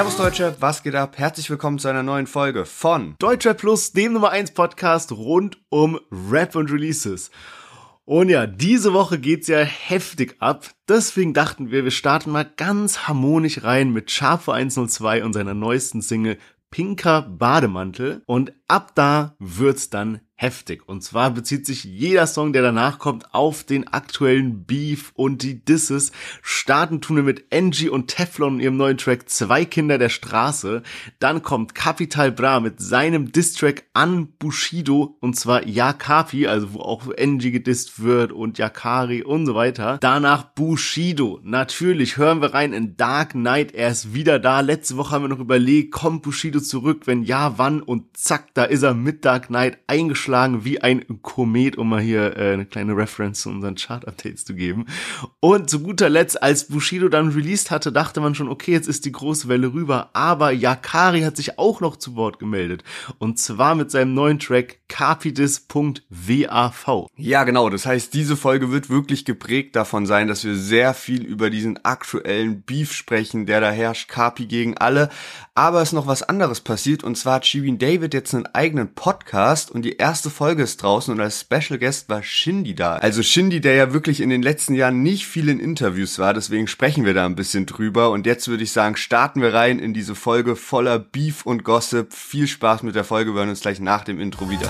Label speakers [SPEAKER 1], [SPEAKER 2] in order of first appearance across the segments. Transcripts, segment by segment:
[SPEAKER 1] Servus Deutsche, was geht ab? Herzlich willkommen zu einer neuen Folge von
[SPEAKER 2] Deutschrap Plus, dem Nummer 1 Podcast rund um Rap und Releases. Und ja, diese Woche geht's ja heftig ab. Deswegen dachten wir starten mal ganz harmonisch rein mit Sharpo 102 und seiner neuesten Single Pinker Bademantel. Und ab da wird's dann heftig. Und zwar bezieht sich jeder Song, der danach kommt, auf den aktuellen Beef und die Disses. Starten tun wir mit Angie und Teflon und ihrem neuen Track Zwei Kinder der Straße. Dann kommt Capital Bra mit seinem Diss-Track an Bushido, und zwar Yakapi, also wo auch Angie gedisst wird und Yakari und so weiter. Danach Bushido. Natürlich hören wir rein in Dark Knight. Er ist wieder da. Letzte Woche haben wir noch überlegt, kommt Bushido zurück? Wenn ja, wann? Und zack, da ist er mit Dark Knight eingeschlagen wie ein Komet, um mal hier eine kleine Reference zu unseren Chart-Updates zu geben. Und zu guter Letzt, als Bushido dann released hatte, dachte man schon, okay, jetzt ist die große Welle rüber, aber Yakari hat sich auch noch zu Wort gemeldet. Und zwar mit seinem neuen Track Capidis.wav.
[SPEAKER 1] Ja, genau, das heißt, diese Folge wird wirklich geprägt davon sein, dass wir sehr viel über diesen aktuellen Beef sprechen, der da herrscht, Capi gegen alle. Aber es ist noch was anderes passiert, und zwar hat Shirin David jetzt einen eigenen Podcast und die erste Folge ist draußen und als Special Guest war Shindy da. Also Shindy, der ja wirklich in den letzten Jahren nicht viel in Interviews war, deswegen sprechen wir da ein bisschen drüber. Und jetzt würde ich sagen, starten wir rein in diese Folge voller Beef und Gossip. Viel Spaß mit der Folge, wir hören uns gleich nach dem Intro wieder.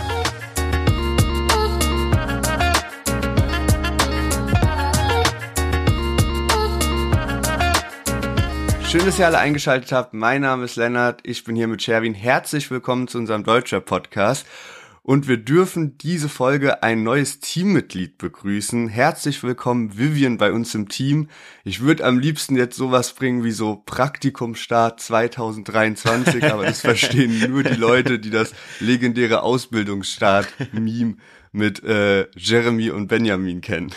[SPEAKER 1] Schön, dass ihr alle eingeschaltet habt. Mein Name ist Lennart, ich bin hier mit Sherwin. Herzlich willkommen zu unserem Deutschrap-Podcast. Und wir dürfen diese Folge ein neues Teammitglied begrüßen. Herzlich willkommen, Vivian, bei uns im Team. Ich würde am liebsten jetzt sowas bringen wie so Praktikumstart 2023, aber das verstehen nur die Leute, die das legendäre Ausbildungsstart-Meme mit Jeremy und Benjamin kennen.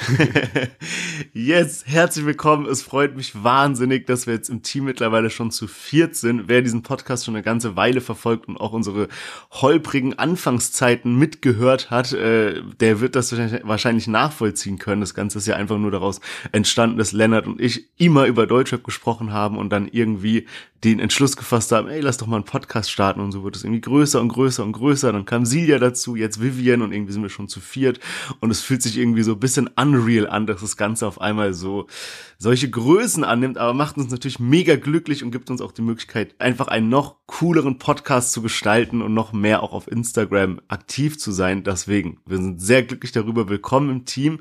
[SPEAKER 2] Yes, herzlich willkommen. Es freut mich wahnsinnig, dass wir jetzt im Team mittlerweile schon zu 4 sind. Wer diesen Podcast schon eine ganze Weile verfolgt und auch unsere holprigen Anfangszeiten mitgehört hat, der wird das wahrscheinlich nachvollziehen können. Das Ganze ist ja einfach nur daraus entstanden, dass Lennart und ich immer über Deutschrap gesprochen haben und dann irgendwie den Entschluss gefasst haben, ey, lass doch mal einen Podcast starten, und so wird es irgendwie größer und größer und größer. Dann kam Silja dazu, jetzt Vivian, und irgendwie sind wir schon zu 4 und es fühlt sich irgendwie so ein bisschen unreal an, dass das Ganze auf einmal so solche Größen annimmt, aber macht uns natürlich mega glücklich und gibt uns auch die Möglichkeit, einfach einen noch cooleren Podcast zu gestalten und noch mehr auch auf Instagram aktiv zu sein. Deswegen, wir sind sehr glücklich darüber. Willkommen im Team.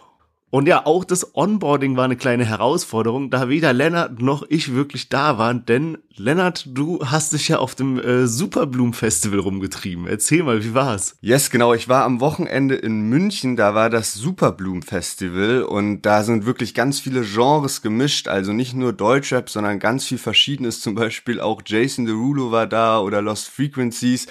[SPEAKER 2] Und ja, auch das Onboarding war eine kleine Herausforderung, da weder Lennart noch ich wirklich da waren, denn Lennart, du hast dich ja auf dem Superblumen-Festival rumgetrieben. Erzähl mal, wie war's?
[SPEAKER 1] Yes, genau, ich war am Wochenende in München, da war das Superblumen-Festival und da sind wirklich ganz viele Genres gemischt, also nicht nur Deutschrap, sondern ganz viel Verschiedenes, zum Beispiel auch Jason Derulo war da oder Lost Frequencies.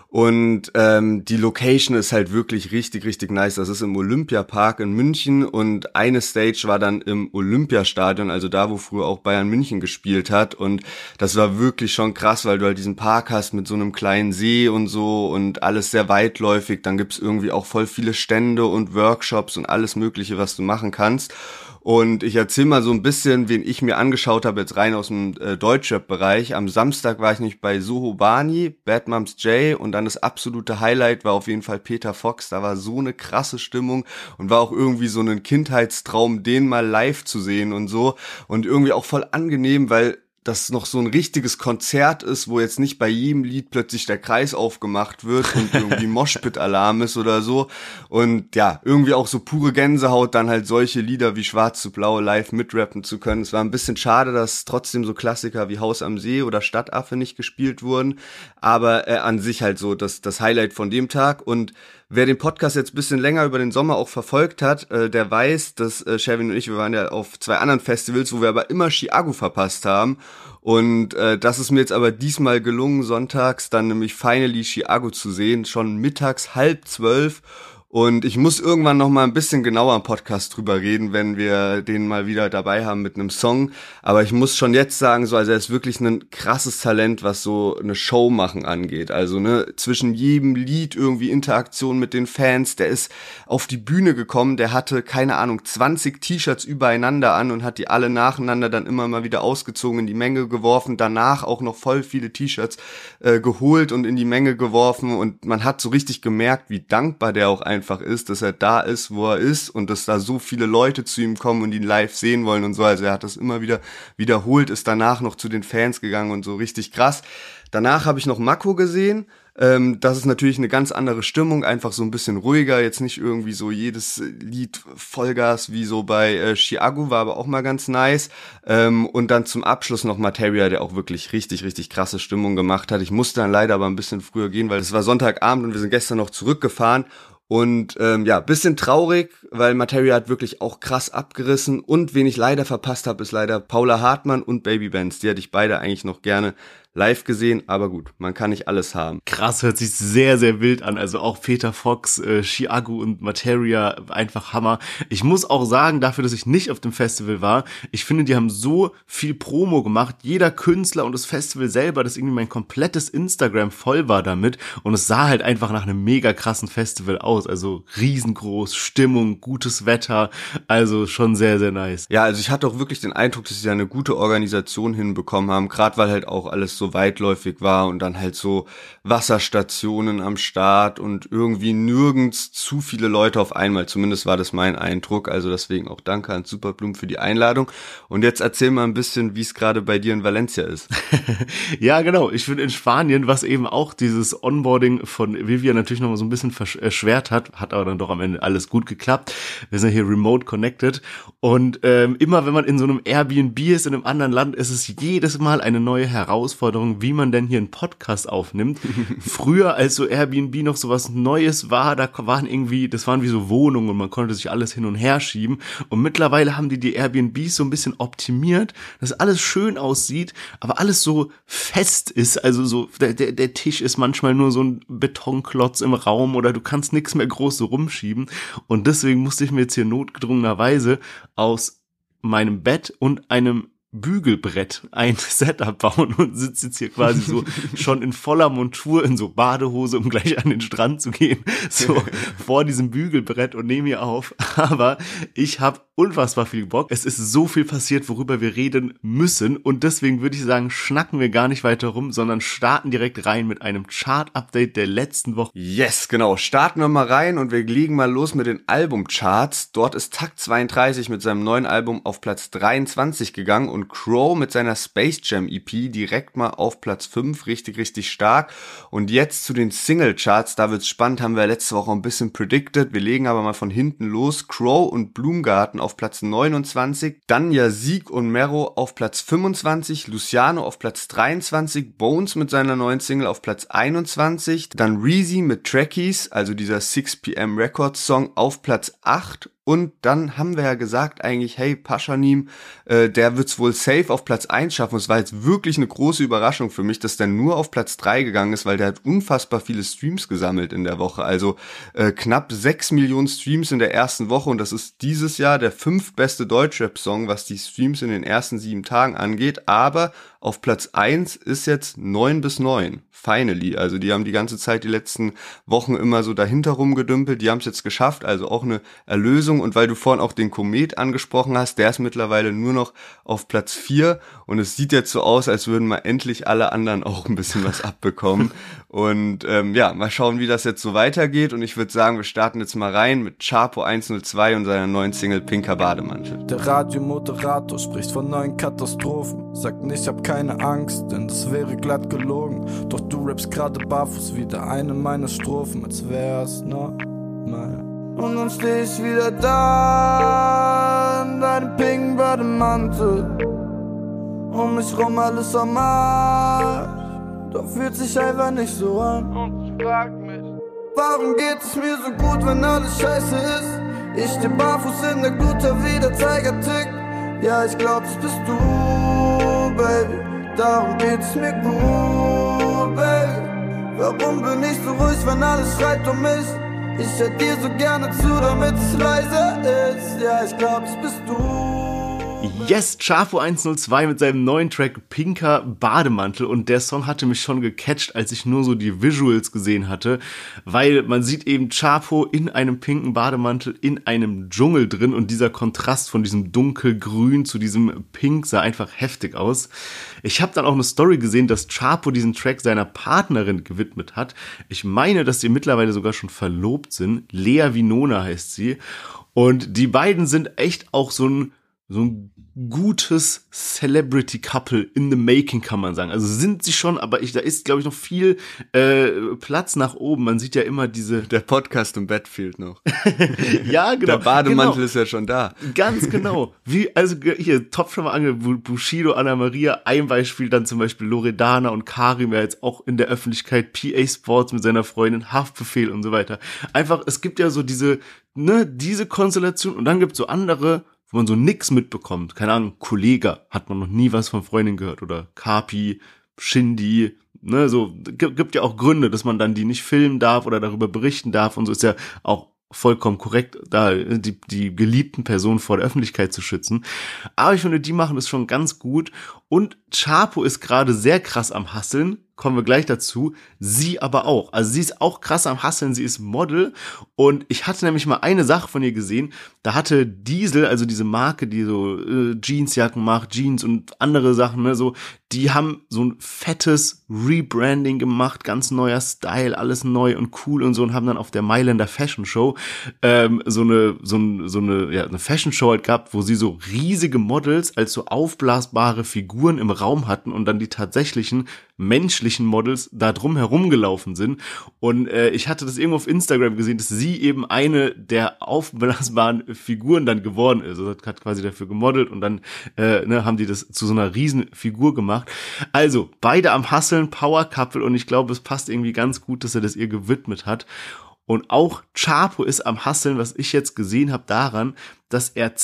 [SPEAKER 1] Und die Location ist halt wirklich richtig, richtig nice. Das ist im Olympiapark in München und eine Stage war dann im Olympiastadion, also da, wo früher auch Bayern München gespielt hat. Und das war wirklich schon krass, weil du halt diesen Park hast mit so einem kleinen See und so und alles sehr weitläufig. Dann gibt's irgendwie auch voll viele Stände und Workshops und alles Mögliche, was du machen kannst. Und ich erzähle mal so ein bisschen, wen ich mir angeschaut habe, jetzt rein aus dem Deutschrap-Bereich. Am Samstag war ich nicht bei Soho Bani, Bad Moms J, und dann das absolute Highlight war auf jeden Fall Peter Fox. Da war so eine krasse Stimmung und war auch irgendwie so ein Kindheitstraum, den mal live zu sehen und so. Und irgendwie auch voll angenehm, weil das noch so ein richtiges Konzert ist, wo jetzt nicht bei jedem Lied plötzlich der Kreis aufgemacht wird und irgendwie Moshpit-Alarm ist oder so. Und ja, irgendwie auch so pure Gänsehaut, dann halt solche Lieder wie Schwarz zu Blau live mitrappen zu können. Es war ein bisschen schade, dass trotzdem so Klassiker wie Haus am See oder Stadtaffe nicht gespielt wurden. Aber an sich halt so das Highlight von dem Tag. Und wer den Podcast jetzt ein bisschen länger über den Sommer auch verfolgt hat, der weiß, dass Sherwin und ich, wir waren ja auf 2 anderen Festivals, wo wir aber immer Chiago verpasst haben. Und das ist mir jetzt aber diesmal gelungen, sonntags dann nämlich finally Chiago zu sehen, schon mittags 11:30. Und ich muss irgendwann noch mal ein bisschen genauer im Podcast drüber reden, wenn wir den mal wieder dabei haben mit einem Song. Aber ich muss schon jetzt sagen, so, also er ist wirklich ein krasses Talent, was so eine Show machen angeht. Also ne, zwischen jedem Lied irgendwie Interaktion mit den Fans. Der ist auf die Bühne gekommen, der hatte, keine Ahnung, 20 T-Shirts übereinander an und hat die alle nacheinander dann immer mal wieder ausgezogen, in die Menge geworfen. Danach auch noch voll viele T-Shirts geholt und in die Menge geworfen. Und man hat so richtig gemerkt, wie dankbar der auch einfach ist, dass er da ist, wo er ist und dass da so viele Leute zu ihm kommen und ihn live sehen wollen und so. Also er hat das immer wieder wiederholt, ist danach noch zu den Fans gegangen und so, richtig krass. Danach habe ich noch Mako gesehen. Das ist natürlich eine ganz andere Stimmung, einfach so ein bisschen ruhiger, jetzt nicht irgendwie so jedes Lied Vollgas wie so bei Chiago, war aber auch mal ganz nice. Und dann zum Abschluss noch Materia, der auch wirklich richtig, richtig krasse Stimmung gemacht hat. Ich musste dann leider aber ein bisschen früher gehen, weil es war Sonntagabend und wir sind gestern noch zurückgefahren. Und bisschen traurig, weil Materia hat wirklich auch krass abgerissen. Und wen ich leider verpasst habe, ist leider Paula Hartmann und Baby Benz. Die hätte ich beide eigentlich noch gerne live gesehen, aber gut, man kann nicht alles haben.
[SPEAKER 2] Krass, hört sich sehr, sehr wild an. Also auch Peter Fox, Chiago und Materia, einfach Hammer. Ich muss auch sagen, dafür, dass ich nicht auf dem Festival war, ich finde, die haben so viel Promo gemacht. Jeder Künstler und das Festival selber, dass irgendwie mein komplettes Instagram voll war damit. Und es sah halt einfach nach einem mega krassen Festival aus. Also riesengroß, Stimmung, gutes Wetter. Also schon sehr, sehr nice.
[SPEAKER 1] Ja, also ich hatte auch wirklich den Eindruck, dass sie da eine gute Organisation hinbekommen haben. Gerade weil halt auch alles so weitläufig war und dann halt so Wasserstationen am Start und irgendwie nirgends zu viele Leute auf einmal. Zumindest war das mein Eindruck. Also deswegen auch danke an Superblumen für die Einladung. Und jetzt erzähl mal ein bisschen, wie es gerade bei dir in Valencia ist.
[SPEAKER 2] Ja, genau. Ich finde in Spanien, was eben auch dieses Onboarding von Vivian natürlich nochmal so ein bisschen erschwert hat aber dann doch am Ende alles gut geklappt. Wir sind hier remote connected und immer wenn man in so einem Airbnb ist, in einem anderen Land, ist es jedes Mal eine neue Herausforderung, wie man denn hier einen Podcast aufnimmt. Früher, als so Airbnb noch so was Neues war, das waren wie so Wohnungen und man konnte sich alles hin und her schieben. Und mittlerweile haben die Airbnbs so ein bisschen optimiert, dass alles schön aussieht, aber alles so fest ist. Also so, der Tisch ist manchmal nur so ein Betonklotz im Raum oder du kannst nichts mehr groß so rumschieben. Und deswegen musste ich mir jetzt hier notgedrungenerweise aus meinem Bett und einem Bügelbrett ein Setup bauen und sitze jetzt hier quasi so schon in voller Montur in so Badehose, um gleich an den Strand zu gehen, so vor diesem Bügelbrett und nehme hier auf. Aber ich habe unfassbar viel Bock. Es ist so viel passiert, worüber wir reden müssen und deswegen würde ich sagen, schnacken wir gar nicht weiter rum, sondern starten direkt rein mit einem Chart-Update der letzten Woche.
[SPEAKER 1] Yes, genau. Starten wir mal rein und wir legen mal los mit den Albumcharts. Dort ist Takt 32 mit seinem neuen Album auf Platz 23 gegangen und Crow mit seiner Space Jam EP direkt mal auf Platz 5, richtig, richtig stark. Und jetzt zu den Single-Charts, da wird's spannend, haben wir letzte Woche ein bisschen predicted. Wir legen aber mal von hinten los. Crow und Bloomgarden auf Platz 29, dann Sieg und Mero auf Platz 25, Luciano auf Platz 23, Bones mit seiner neuen Single auf Platz 21, dann Reezy mit Trackies, also dieser 6pm Records Song auf Platz 8. Und dann haben wir ja gesagt eigentlich, hey, Pashanim, der wird's wohl safe auf Platz 1 schaffen. Es war jetzt wirklich eine große Überraschung für mich, dass der nur auf Platz 3 gegangen ist, weil der hat unfassbar viele Streams gesammelt in der Woche. Also knapp 6 Millionen Streams in der ersten Woche und das ist dieses Jahr der 5. beste Deutschrap-Song, was die Streams in den ersten 7 Tagen angeht. Aber auf Platz 1 ist jetzt 9/9. Finally. Also die haben die ganze Zeit die letzten Wochen immer so dahinter rumgedümpelt. Die haben es jetzt geschafft. Also auch eine Erlösung. Und weil du vorhin auch den Komet angesprochen hast, der ist mittlerweile nur noch auf Platz 4. Und es sieht jetzt so aus, als würden mal endlich alle anderen auch ein bisschen was abbekommen. Und mal schauen, wie das jetzt so weitergeht. Und ich würde sagen, wir starten jetzt mal rein mit Chapo 102 und seiner neuen Single Pinker Bademantel.
[SPEAKER 3] Der Radiomoderator spricht von neuen Katastrophen. Sagt nicht, ich hab keine Angst, denn das wäre glatt gelogen. Doch du rappst gerade barfuß wieder eine meiner Strophen, als wär's normal. Und dann steh ich wieder da in deinem pinken Bademantel. Um mich rum alles am Arsch, doch fühlt sich einfach nicht so an. Und ich frag mich, warum geht es mir so gut, wenn alles scheiße ist? Ich steh barfuß in der Gluta, wie der Zeiger tickt. Ja, ich glaub, das bist du, Baby. Darum geht's mir gut, Baby. Warum bin ich so ruhig, wenn alles schreit um mich? Ich hör dir so gerne zu, damit es leise ist. Ja, ich glaub, das bist du.
[SPEAKER 2] Yes, Chapo 102 mit seinem neuen Track Pinker Bademantel, und der Song hatte mich schon gecatcht, als ich nur so die Visuals gesehen hatte, weil man sieht eben Chapo in einem pinken Bademantel in einem Dschungel drin, und dieser Kontrast von diesem dunkelgrün zu diesem Pink sah einfach heftig aus. Ich habe dann auch eine Story gesehen, dass Chapo diesen Track seiner Partnerin gewidmet hat. Ich meine, dass sie mittlerweile sogar schon verlobt sind. Lea Winona heißt sie, und die beiden sind echt auch so ein gutes Celebrity-Couple in the making, kann man sagen. Also sind sie schon, aber da ist, glaube ich, noch viel Platz nach oben. Man sieht ja immer
[SPEAKER 1] Der Podcast im Bett fehlt noch.
[SPEAKER 2] Ja, genau.
[SPEAKER 1] Der Bademantel ist ja schon da.
[SPEAKER 2] Ganz genau. Also hier, Top schon mal Bushido, Anna Maria, ein Beispiel, dann zum Beispiel Loredana und Karim, ja jetzt auch in der Öffentlichkeit, PA Sports mit seiner Freundin, Haftbefehl und so weiter. Einfach, es gibt ja so diese Konstellation, und dann gibt es so andere, wo man so nix mitbekommt. Keine Ahnung, Kollega, hat man noch nie was von Freundin gehört, oder Kapi, Shindy, so, gibt ja auch Gründe, dass man dann die nicht filmen darf oder darüber berichten darf, und so ist ja auch vollkommen korrekt, da die geliebten Personen vor der Öffentlichkeit zu schützen. Aber ich finde, die machen es schon ganz gut, und Chapo ist gerade sehr krass am Hustlen, kommen wir gleich dazu, sie aber auch. Also sie ist auch krass am Hustlen, sie ist Model, und ich hatte nämlich mal eine Sache von ihr gesehen, da hatte Diesel, also diese Marke, die so Jeansjacken macht, Jeans und andere Sachen, so, die haben so ein fettes Rebranding gemacht, ganz neuer Style, alles neu und cool und so, und haben dann auf der Mailänder Fashion Show eine Fashion Show halt gehabt, wo sie so riesige Models als so aufblasbare Figuren im Raum hatten und dann die tatsächlichen menschlichen Models da drum herum gelaufen sind, und ich hatte das irgendwo auf Instagram gesehen, dass sie eben eine der aufblasbaren Figuren dann geworden ist. Also hat quasi dafür gemodelt, und dann haben die das zu so einer riesen Figur gemacht. Also beide am Hustlen, Power Couple, und ich glaube, es passt irgendwie ganz gut, dass er das ihr gewidmet hat. Und auch Chapo ist am Hustlen, was ich jetzt gesehen habe, daran, dass er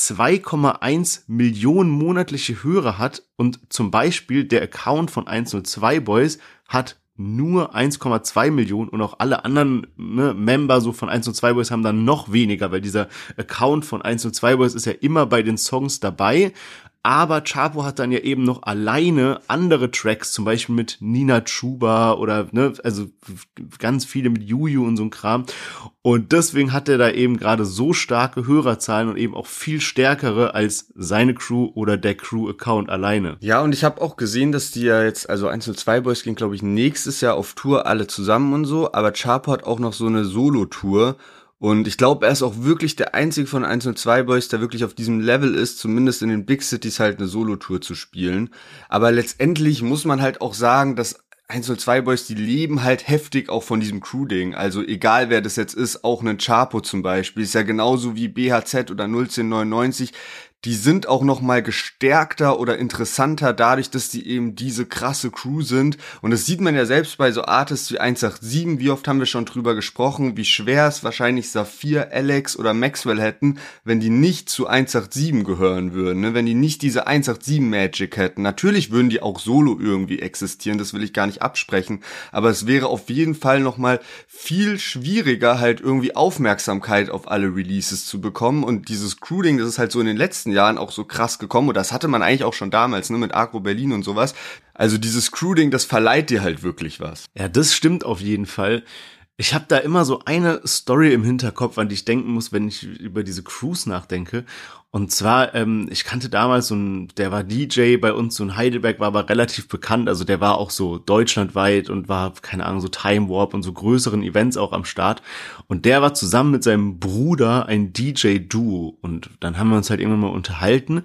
[SPEAKER 2] 2,1 Millionen monatliche Hörer hat, und zum Beispiel der Account von 102 Boys hat nur 1,2 Millionen, und auch alle anderen Member so von 102 Boys haben dann noch weniger, weil dieser Account von 102 Boys ist ja immer bei den Songs dabei. Aber Chapo hat dann ja eben noch alleine andere Tracks, zum Beispiel mit Nina Chuba oder, also ganz viele mit Juju und so ein Kram. Und deswegen hat er da eben gerade so starke Hörerzahlen und eben auch viel stärkere als seine Crew oder der Crew-Account alleine.
[SPEAKER 1] Ja, und ich habe auch gesehen, dass die ja jetzt, also 102 Boys gehen, glaube ich, nächstes Jahr auf Tour alle zusammen und so. Aber Chapo hat auch noch so eine Solo-Tour. Und ich glaube, er ist auch wirklich der einzige von 102 Boys, der wirklich auf diesem Level ist, zumindest in den Big Cities halt eine Solo-Tour zu spielen. Aber letztendlich muss man halt auch sagen, dass 102 Boys, die leben halt heftig auch von diesem Crew-Ding. Also egal wer das jetzt ist, auch ein Chapo zum Beispiel, ist ja genauso wie BHZ oder 01099. Die sind auch noch mal gestärkter oder interessanter dadurch, dass die eben diese krasse Crew sind. Und das sieht man ja selbst bei so Artists wie 187. Wie oft haben wir schon drüber gesprochen, wie schwer es wahrscheinlich Saphir, Alex oder Maxwell hätten, wenn die nicht zu 187 gehören würden, ne? Wenn die nicht diese 187 Magic hätten. Natürlich würden die auch solo irgendwie existieren, das will ich gar nicht absprechen. Aber es wäre auf jeden Fall noch mal viel schwieriger, halt irgendwie Aufmerksamkeit auf alle Releases zu bekommen. Und dieses Crew-Ding, das ist halt so in den letzten Jahren auch so krass gekommen, und das hatte man eigentlich auch schon damals, mit Agro Berlin und sowas. Also dieses Crew-Ding, das verleiht dir halt wirklich was.
[SPEAKER 2] Ja, das stimmt auf jeden Fall. Ich habe da immer so eine Story im Hinterkopf, an die ich denken muss, wenn ich über diese Crews nachdenke. Und zwar, ich kannte damals der war DJ bei uns, so in Heidelberg, war aber relativ bekannt. Also der war auch so deutschlandweit und war, keine Ahnung, so Time Warp und so größeren Events auch am Start. Und der war zusammen mit seinem Bruder ein DJ-Duo. Und dann haben wir uns halt irgendwann mal unterhalten.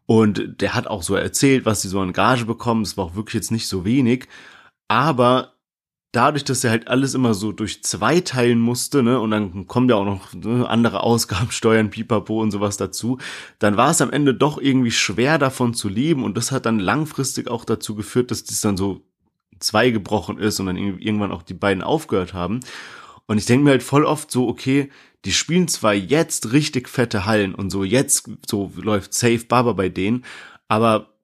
[SPEAKER 2] Und der hat auch so erzählt, was sie so an Gage bekommen. Es war auch wirklich jetzt nicht so wenig. Aber dadurch, dass er halt alles immer so durch zwei teilen musste, und dann kommen ja auch noch andere Ausgaben, Steuern, Pipapo und sowas dazu, dann war es am Ende doch irgendwie schwer davon zu leben, und das hat dann langfristig auch dazu geführt, dass das dann so zwei gebrochen ist und dann irgendwann auch die beiden aufgehört haben. Und ich denke mir halt voll oft so, okay, die spielen zwar jetzt richtig fette Hallen und so, jetzt so läuft Safe Barber bei denen, aber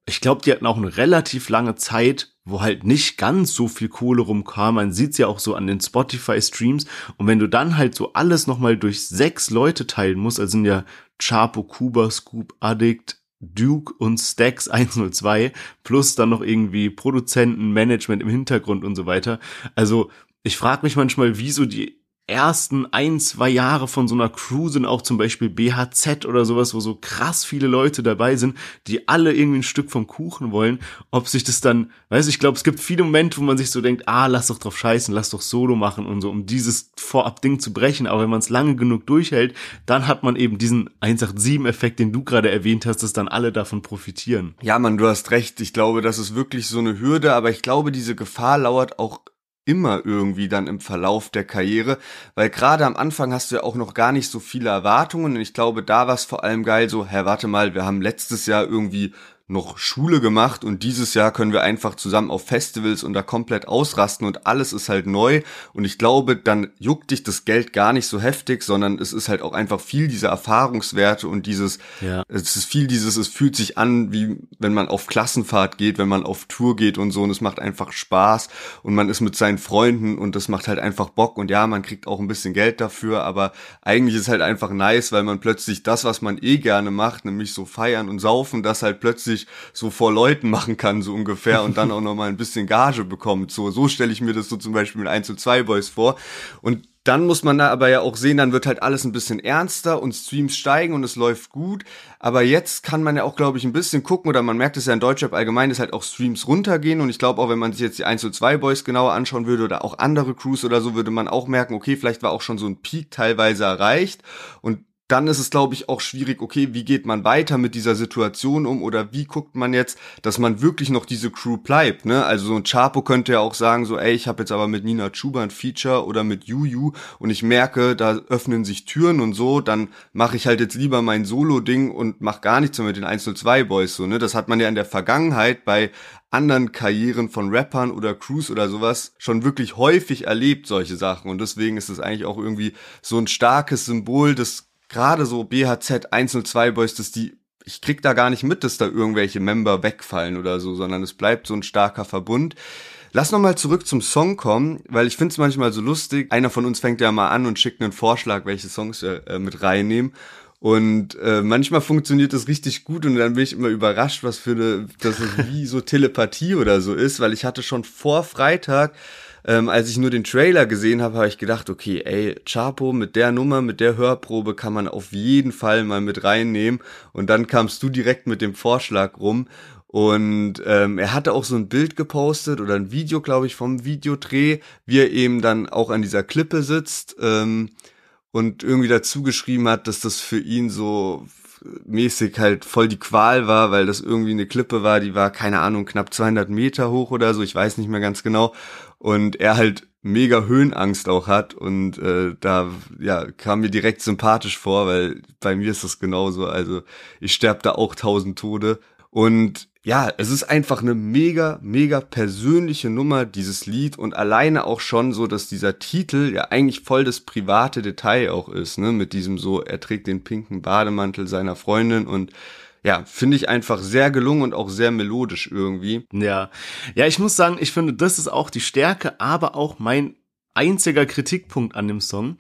[SPEAKER 2] ich glaube, die hatten auch eine relativ lange Zeit, wo halt nicht ganz so viel Kohle rumkam. Man sieht's ja auch so an den Spotify-Streams. Und wenn du dann halt so alles nochmal durch 6 Leute teilen musst, also sind ja Chapo, Kuba, Scoop, Addict, Duke und Stax 102, plus dann noch irgendwie Produzenten, Management im Hintergrund und so weiter. Also ich frage mich manchmal, wieso die ersten 1-2 Jahre von so einer Crew sind, auch zum Beispiel BHZ oder sowas, wo so krass viele Leute dabei sind, die alle irgendwie ein Stück vom Kuchen wollen, ob sich das dann, weißt du, ich glaube, es gibt viele Momente, wo man sich so denkt, lass doch drauf scheißen, lass doch Solo machen und so, um dieses Vorab-Ding zu brechen, aber wenn man es lange genug durchhält, dann hat man eben diesen 187-Effekt, den du gerade erwähnt hast, dass dann alle davon profitieren.
[SPEAKER 1] Ja, Mann, du hast recht, ich glaube, das ist wirklich so eine Hürde, aber ich glaube, diese Gefahr lauert auch immer irgendwie dann im Verlauf der Karriere, weil gerade am Anfang hast du ja auch noch gar nicht so viele Erwartungen und ich glaube, da war es vor allem geil so, warte mal, wir haben letztes Jahr irgendwie noch Schule gemacht und dieses Jahr können wir einfach zusammen auf Festivals und da komplett ausrasten und alles ist halt neu und ich glaube, dann juckt dich das Geld gar nicht so heftig, sondern es ist halt auch einfach viel diese Erfahrungswerte und es ist viel es fühlt sich an, wie wenn man auf Klassenfahrt geht, wenn man auf Tour geht und so und es macht einfach Spaß und man ist mit seinen Freunden und das macht halt einfach Bock und ja, man kriegt auch ein bisschen Geld dafür, aber eigentlich ist halt einfach nice, weil man plötzlich das, was man gerne macht, nämlich so feiern und saufen, das halt plötzlich so vor Leuten machen kann, so ungefähr, und dann auch nochmal ein bisschen Gage bekommt. So stelle ich mir das so zum Beispiel mit 1-2 Boys vor. Und dann muss man da aber ja auch sehen, dann wird halt alles ein bisschen ernster und Streams steigen und es läuft gut. Aber jetzt kann man ja auch, glaube ich, ein bisschen gucken, oder man merkt es ja in Deutschrap allgemein, dass halt auch Streams runtergehen. Und ich glaube auch, wenn man sich jetzt die 1-2 Boys genauer anschauen würde oder auch andere Crews oder so, würde man auch merken, okay, vielleicht war auch schon so ein Peak teilweise erreicht. Und dann ist es, glaube ich, auch schwierig, okay, wie geht man weiter mit dieser Situation um oder wie guckt man jetzt, dass man wirklich noch diese Crew bleibt, ne? Also so ein Chapo könnte ja auch sagen, so, ey, ich habe jetzt aber mit Nina Chuba ein Feature oder mit Juju und ich merke, da öffnen sich Türen und so, dann mache ich halt jetzt lieber mein Solo-Ding und mach gar nichts mehr mit den 1-2 Boys, so, ne? Das hat man ja in der Vergangenheit bei anderen Karrieren von Rappern oder Crews oder sowas schon wirklich häufig erlebt, solche Sachen. Und deswegen ist es eigentlich auch irgendwie so ein starkes Symbol, dass gerade so BHZ 1-2 Boys, ich krieg da gar nicht mit, dass da irgendwelche Member wegfallen oder so, sondern es bleibt so ein starker Verbund. Lass nochmal zurück zum Song kommen, weil ich find's manchmal so lustig. Einer von uns fängt ja mal an und schickt einen Vorschlag, welche Songs wir mit reinnehmen. Und manchmal funktioniert das richtig gut und dann bin ich immer überrascht, dass es wie so Telepathie oder so ist, weil ich hatte schon vor Freitag, als ich nur den Trailer gesehen habe, habe ich gedacht, okay, ey, Chapo mit der Nummer, mit der Hörprobe kann man auf jeden Fall mal mit reinnehmen. Und dann kamst du direkt mit dem Vorschlag rum. Und er hatte auch so ein Bild gepostet oder ein Video, glaube ich, vom Videodreh, wie er eben dann auch an dieser Klippe sitzt und irgendwie dazu geschrieben hat, dass das für ihn so mäßig halt voll die Qual war, weil das irgendwie eine Klippe war, die war, keine Ahnung, knapp 200 Meter hoch oder so, ich weiß nicht mehr ganz genau. Und er halt mega Höhenangst auch hat und da kam mir direkt sympathisch vor, weil bei mir ist das genauso, also ich sterbe da auch 1000 Tode und ja, es ist einfach eine mega, mega persönliche Nummer, dieses Lied und alleine auch schon so, dass dieser Titel ja eigentlich voll das private Detail auch ist, ne, mit diesem so, er trägt den pinken Bademantel seiner Freundin und ja, finde ich einfach sehr gelungen und auch sehr melodisch irgendwie.
[SPEAKER 2] Ja, ich muss sagen, ich finde, das ist auch die Stärke, aber auch mein einziger Kritikpunkt an dem Song.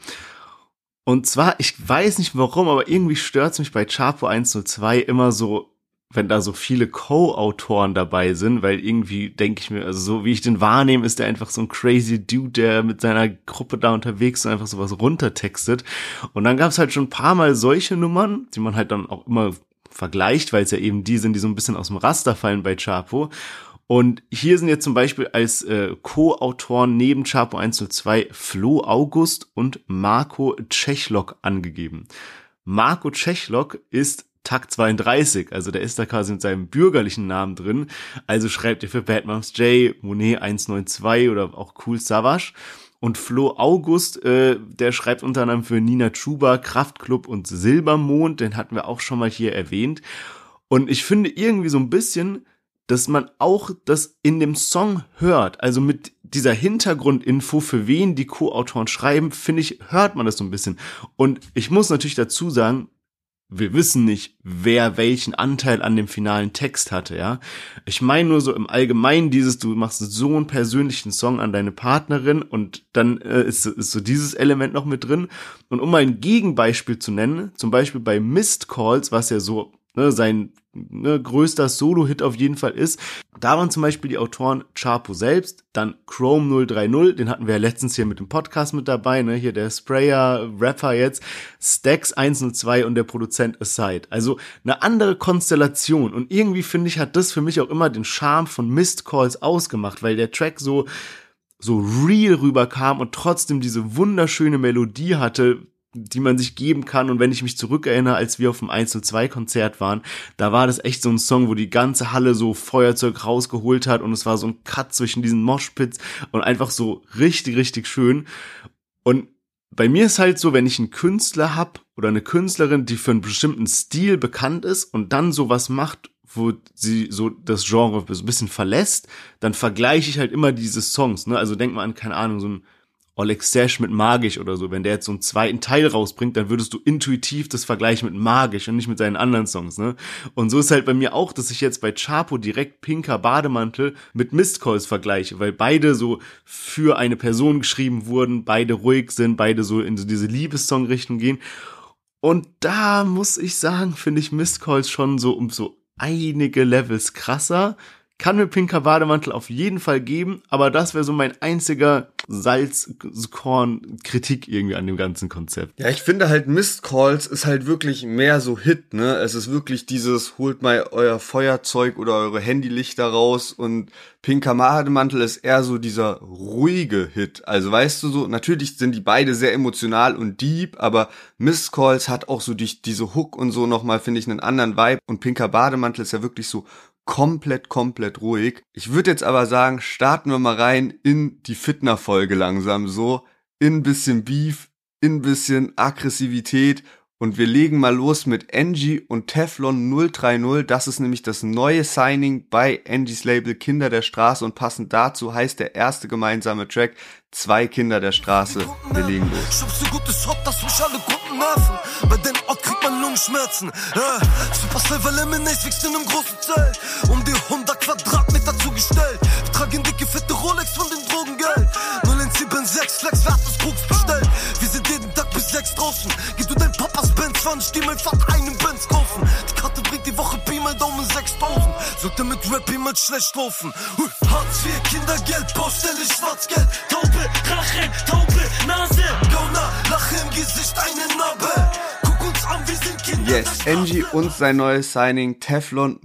[SPEAKER 2] Und zwar, ich weiß nicht warum, aber irgendwie stört's mich bei Chapo 1-2 immer so, wenn da so viele Co-Autoren dabei sind, weil irgendwie denke ich mir, also so wie ich den wahrnehme, ist der einfach so ein crazy Dude, der mit seiner Gruppe da unterwegs und einfach sowas runtertextet. Und dann gab's halt schon ein paar Mal solche Nummern, die man halt dann auch immer vergleicht, weil es ja eben die sind, die so ein bisschen aus dem Raster fallen bei Chapo. Und hier sind jetzt zum Beispiel als Co-Autoren neben Chapo 1-2 Flo August und Marco Cechlock angegeben. Marco Cechlock ist Takt 32, also der ist da quasi mit seinem bürgerlichen Namen drin, also schreibt er für Bad Moms J, Monet 192 oder auch Cool Savage. Und Flo August, der schreibt unter anderem für Nina Chuba, Kraftklub und Silbermond, den hatten wir auch schon mal hier erwähnt. Und ich finde irgendwie so ein bisschen, dass man auch das in dem Song hört, also mit dieser Hintergrundinfo, für wen die Co-Autoren schreiben, finde ich, hört man das so ein bisschen. Und ich muss natürlich dazu sagen, wir wissen nicht, wer welchen Anteil an dem finalen Text hatte, ja. Ich meine nur so im Allgemeinen du machst so einen persönlichen Song an deine Partnerin und dann ist so dieses Element noch mit drin. Und um mal ein Gegenbeispiel zu nennen, zum Beispiel bei Missed Calls, was ja so sein größter Solo-Hit auf jeden Fall ist. Da waren zum Beispiel die Autoren Chapo selbst, dann Chrome 030, den hatten wir ja letztens hier mit dem Podcast mit dabei, hier der Sprayer-Rapper jetzt, Stax 102 und der Produzent Aside. Also eine andere Konstellation und irgendwie finde ich, hat das für mich auch immer den Charme von Missed Calls ausgemacht, weil der Track so real rüberkam und trotzdem diese wunderschöne Melodie hatte, die man sich geben kann. Und wenn ich mich zurückerinnere, als wir auf dem 102-Konzert waren, da war das echt so ein Song, wo die ganze Halle so Feuerzeug rausgeholt hat und es war so ein Cut zwischen diesen Moshpits und einfach so richtig, richtig schön. Und bei mir ist halt so, wenn ich einen Künstler hab oder eine Künstlerin, die für einen bestimmten Stil bekannt ist und dann sowas macht, wo sie so das Genre so ein bisschen verlässt, dann vergleiche ich halt immer diese Songs, Also denk mal an, keine Ahnung, so ein Oleg Sesh mit Magisch oder so, wenn der jetzt so einen zweiten Teil rausbringt, dann würdest du intuitiv das vergleichen mit Magisch und nicht mit seinen anderen Songs, Und so ist halt bei mir auch, dass ich jetzt bei Chapo direkt Pinker Bademantel mit Missed Calls vergleiche, weil beide so für eine Person geschrieben wurden, beide ruhig sind, beide so in so diese Liebessong-Richtung gehen. Und da muss ich sagen, finde ich Missed Calls schon so um so einige Levels krasser. Kann mir Pinker Bademantel auf jeden Fall geben, aber das wäre so mein einziger Salzkorn-Kritik irgendwie an dem ganzen Konzept.
[SPEAKER 1] Ja, ich finde halt Missed Calls ist halt wirklich mehr so Hit, Es ist wirklich dieses, holt mal euer Feuerzeug oder eure Handylichter raus und Pinker Bademantel ist eher so dieser ruhige Hit. Also weißt du so, natürlich sind die beide sehr emotional und deep, aber Missed Calls hat auch so diese Hook und so nochmal, finde ich, einen anderen Vibe und Pinker Bademantel ist ja wirklich so komplett ruhig. Ich würde jetzt aber sagen, starten wir mal rein in die Fitner-Folge langsam so, in ein bisschen Beef, in ein bisschen Aggressivität und wir legen mal los mit Engy und Teflon 030. Das ist nämlich das neue Signing bei Engys Label Kinder der Straße und passend dazu heißt der erste gemeinsame Track Zwei Kinder der Straße. Wir legen los.
[SPEAKER 4] Schubst du gutes Hop, dass mich alle Gruppen nerven. Bei dem Ort kriegt man Lungenschmerzen. Supercell Lemonade wächst in einem großen Zelt. Um die 100 Quadratmeter zugestellt. Wir tragen dicke, fette Rolex von dem Drogengeld. 0176 Flex, wer hat das Koks bestellt? Wir sind jeden Tag bis 6 draußen. Geh du dein Papas Benz fahren, ich geh mein Vater einen Benz kaufen. Die Karte bringt die Woche Pi mal Daumen 6000. Sollte mit Rap jemand schlecht laufen. Hartz IV, Kindergeld, Baustelle, Schwarzgeld. Taube, Rache, Taube, Nase. Gauner, Lache im Gesicht, eine Narbe. Guck uns an, wir sind Kinder.
[SPEAKER 1] Yes, Engy und sein neues Signing Teflon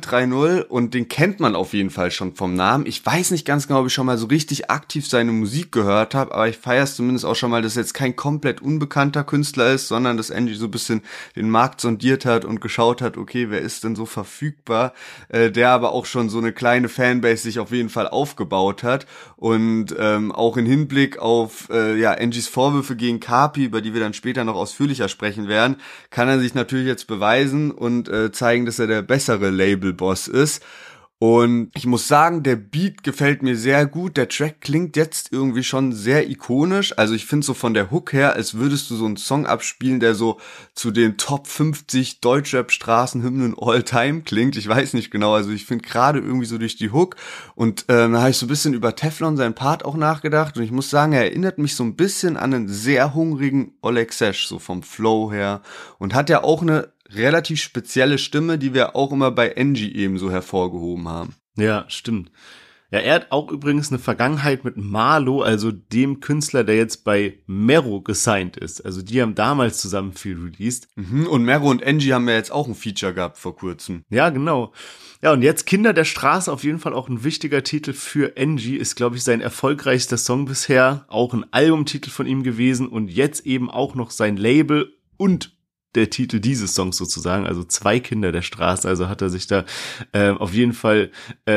[SPEAKER 1] 030 und den kennt man auf jeden Fall schon vom Namen. Ich weiß nicht ganz genau, ob ich schon mal so richtig aktiv seine Musik gehört habe, aber ich feiere es zumindest auch schon mal, dass er jetzt kein komplett unbekannter Künstler ist, sondern dass Engy so ein bisschen den Markt sondiert hat und geschaut hat, okay, wer ist denn so verfügbar, der aber auch schon so eine kleine Fanbase sich auf jeden Fall aufgebaut hat und auch in Hinblick auf Engys Vorwürfe gegen Kapi, über die wir dann später noch ausführlicher sprechen werden, kann er sich natürlich jetzt beweisen und zeigen, dass er der bessere Labelboss ist. Und ich muss sagen, der Beat gefällt mir sehr gut. Der Track klingt jetzt irgendwie schon sehr ikonisch. Also ich finde so von der Hook her, als würdest du so einen Song abspielen, der so zu den Top 50 Deutschrap-Straßenhymnen all-time klingt. Ich weiß nicht genau. Also ich finde gerade irgendwie so durch die Hook. Und da habe ich so ein bisschen über Teflon, seinen Part, auch nachgedacht. Und ich muss sagen, er erinnert mich so ein bisschen an einen sehr hungrigen Oleg Sesh, so vom Flow her. Und hat ja auch eine relativ spezielle Stimme, die wir auch immer bei Engy eben so hervorgehoben haben.
[SPEAKER 2] Ja, stimmt. Ja, er hat auch übrigens eine Vergangenheit mit Marlo, also dem Künstler, der jetzt bei Mero gesigned ist. Also die haben damals zusammen viel released.
[SPEAKER 1] Und Mero und Engy haben ja jetzt auch ein Feature gehabt vor kurzem.
[SPEAKER 2] Ja, genau. Ja, und jetzt Kinder der Straße, auf jeden Fall auch ein wichtiger Titel für Engy, ist, glaube ich, sein erfolgreichster Song bisher. Auch ein Albumtitel von ihm gewesen und jetzt eben auch noch sein Label und der Titel dieses Songs sozusagen, also Zwei Kinder der Straße, also hat er sich da auf jeden Fall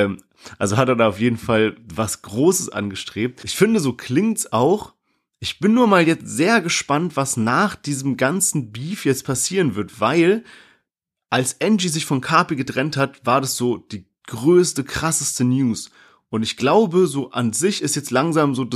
[SPEAKER 2] was Großes angestrebt. Ich finde, so klingt's auch. Ich bin nur mal jetzt sehr gespannt, was nach diesem ganzen Beef jetzt passieren wird, weil als Engy sich von Kapi getrennt hat, war das so die größte, krasseste News. Und ich glaube, so an sich ist jetzt langsam so das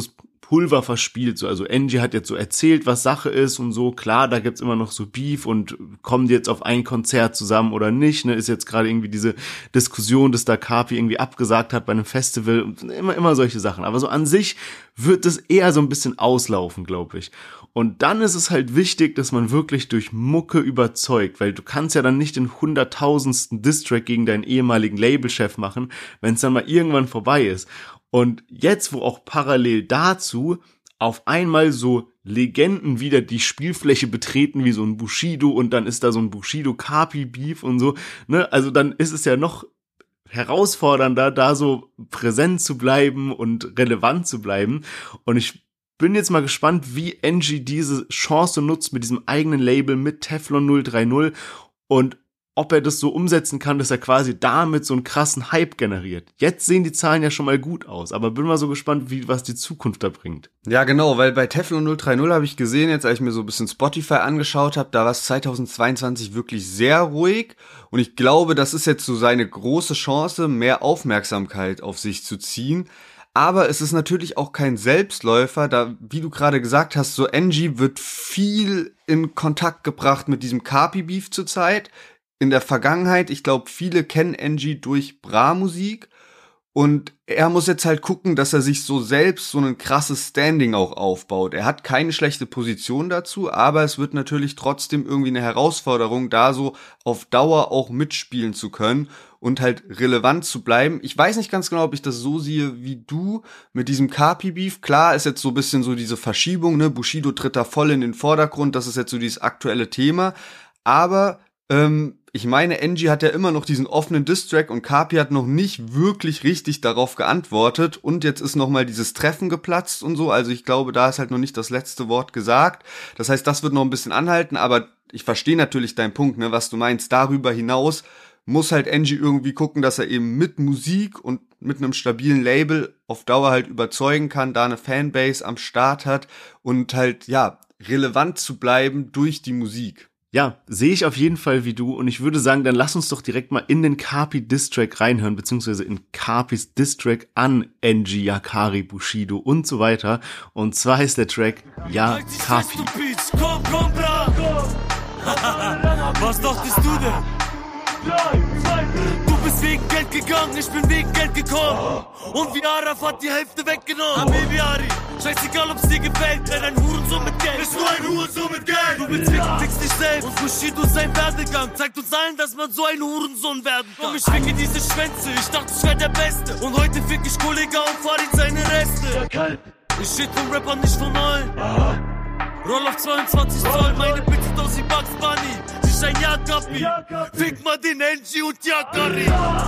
[SPEAKER 2] Pulver verspielt. So, also Angie hat jetzt so erzählt, was Sache ist und so. Klar, da gibt's immer noch so Beef und kommen die jetzt auf ein Konzert zusammen oder nicht. Ne? Ist jetzt gerade irgendwie diese Diskussion, dass da Kapi irgendwie abgesagt hat bei einem Festival. Und immer solche Sachen. Aber so an sich wird es eher so ein bisschen auslaufen, glaube ich. Und dann ist es halt wichtig, dass man wirklich durch Mucke überzeugt, weil du kannst ja dann nicht den 100.000. Distrack gegen deinen ehemaligen Labelchef machen, wenn es dann mal irgendwann vorbei ist. Und jetzt, wo auch parallel dazu auf einmal so Legenden wieder die Spielfläche betreten, wie so ein Bushido, und dann ist da so ein Bushido-Kapi-Beef und so, ne, also dann ist es ja noch herausfordernder, da so präsent zu bleiben und relevant zu bleiben. Und ich bin jetzt mal gespannt, wie Angie diese Chance nutzt mit diesem eigenen Label, mit Teflon 030 und ob er das so umsetzen kann, dass er quasi damit so einen krassen Hype generiert. Jetzt sehen die Zahlen ja schon mal gut aus, aber bin mal so gespannt, was die Zukunft da bringt.
[SPEAKER 1] Ja, genau, weil bei Teflon 030 habe ich gesehen, jetzt als ich mir so ein bisschen Spotify angeschaut habe, da war es 2022 wirklich sehr ruhig und ich glaube, das ist jetzt so seine große Chance, mehr Aufmerksamkeit auf sich zu ziehen. Aber es ist natürlich auch kein Selbstläufer, da, wie du gerade gesagt hast, so Angie wird viel in Kontakt gebracht mit diesem Kapi-Beef zurzeit. In der Vergangenheit, ich glaube, viele kennen Angie durch Bra-Musik und er muss jetzt halt gucken, dass er sich so selbst so ein krasses Standing auch aufbaut. Er hat keine schlechte Position dazu, aber es wird natürlich trotzdem irgendwie eine Herausforderung, da so auf Dauer auch mitspielen zu können und halt relevant zu bleiben. Ich weiß nicht ganz genau, ob ich das so sehe wie du mit diesem Kapi-Beef. Klar ist jetzt so ein bisschen so diese Verschiebung, ne? Bushido tritt da voll in den Vordergrund, das ist jetzt so dieses aktuelle Thema, aber ich meine, Angie hat ja immer noch diesen offenen Diss-Track und Kapi hat noch nicht wirklich richtig darauf geantwortet und jetzt ist nochmal dieses Treffen geplatzt und so, also ich glaube, da ist halt noch nicht das letzte Wort gesagt. Das heißt, das wird noch ein bisschen anhalten, aber ich verstehe natürlich deinen Punkt, ne, was du meinst. Darüber hinaus muss halt Angie irgendwie gucken, dass er eben mit Musik und mit einem stabilen Label auf Dauer halt überzeugen kann, da eine Fanbase am Start hat und halt, ja, relevant zu bleiben durch die Musik.
[SPEAKER 2] Ja, sehe ich auf jeden Fall wie du und ich würde sagen, dann lass uns doch direkt mal in den Kapi-Distrack reinhören, beziehungsweise in Kapis Distrack an Angie, Yakari, Bushido und so weiter. Und zwar heißt der Track Ja Kapi.
[SPEAKER 4] Komm, bra! Was dachtest du denn? Du bist wegen Geld gegangen, ich bin wegen Geld gekommen. Und wie Arafat die Hälfte weggenommen. Habibi Ari, scheißegal ob's dir gefällt, denn ein Hurensohn mit Geld ist nur ein Hurensohn mit Geld. Du bezwingst dich selbst und Bushido sein Werdegang zeigt uns allen, dass man so ein Hurensohn werden kann. Und ich ficke diese Schwänze, ich dachte ich wär der Beste. Und heute fick ich Kollega und fahr ihn seine Reste. Ich shit von Rappern, nicht von allen. Roll auf 22 Zoll, meine Bitch ist aus wie Bugs Bunny. Sie ist ein Ja-Kapi, fick mal den Angie und Yakari.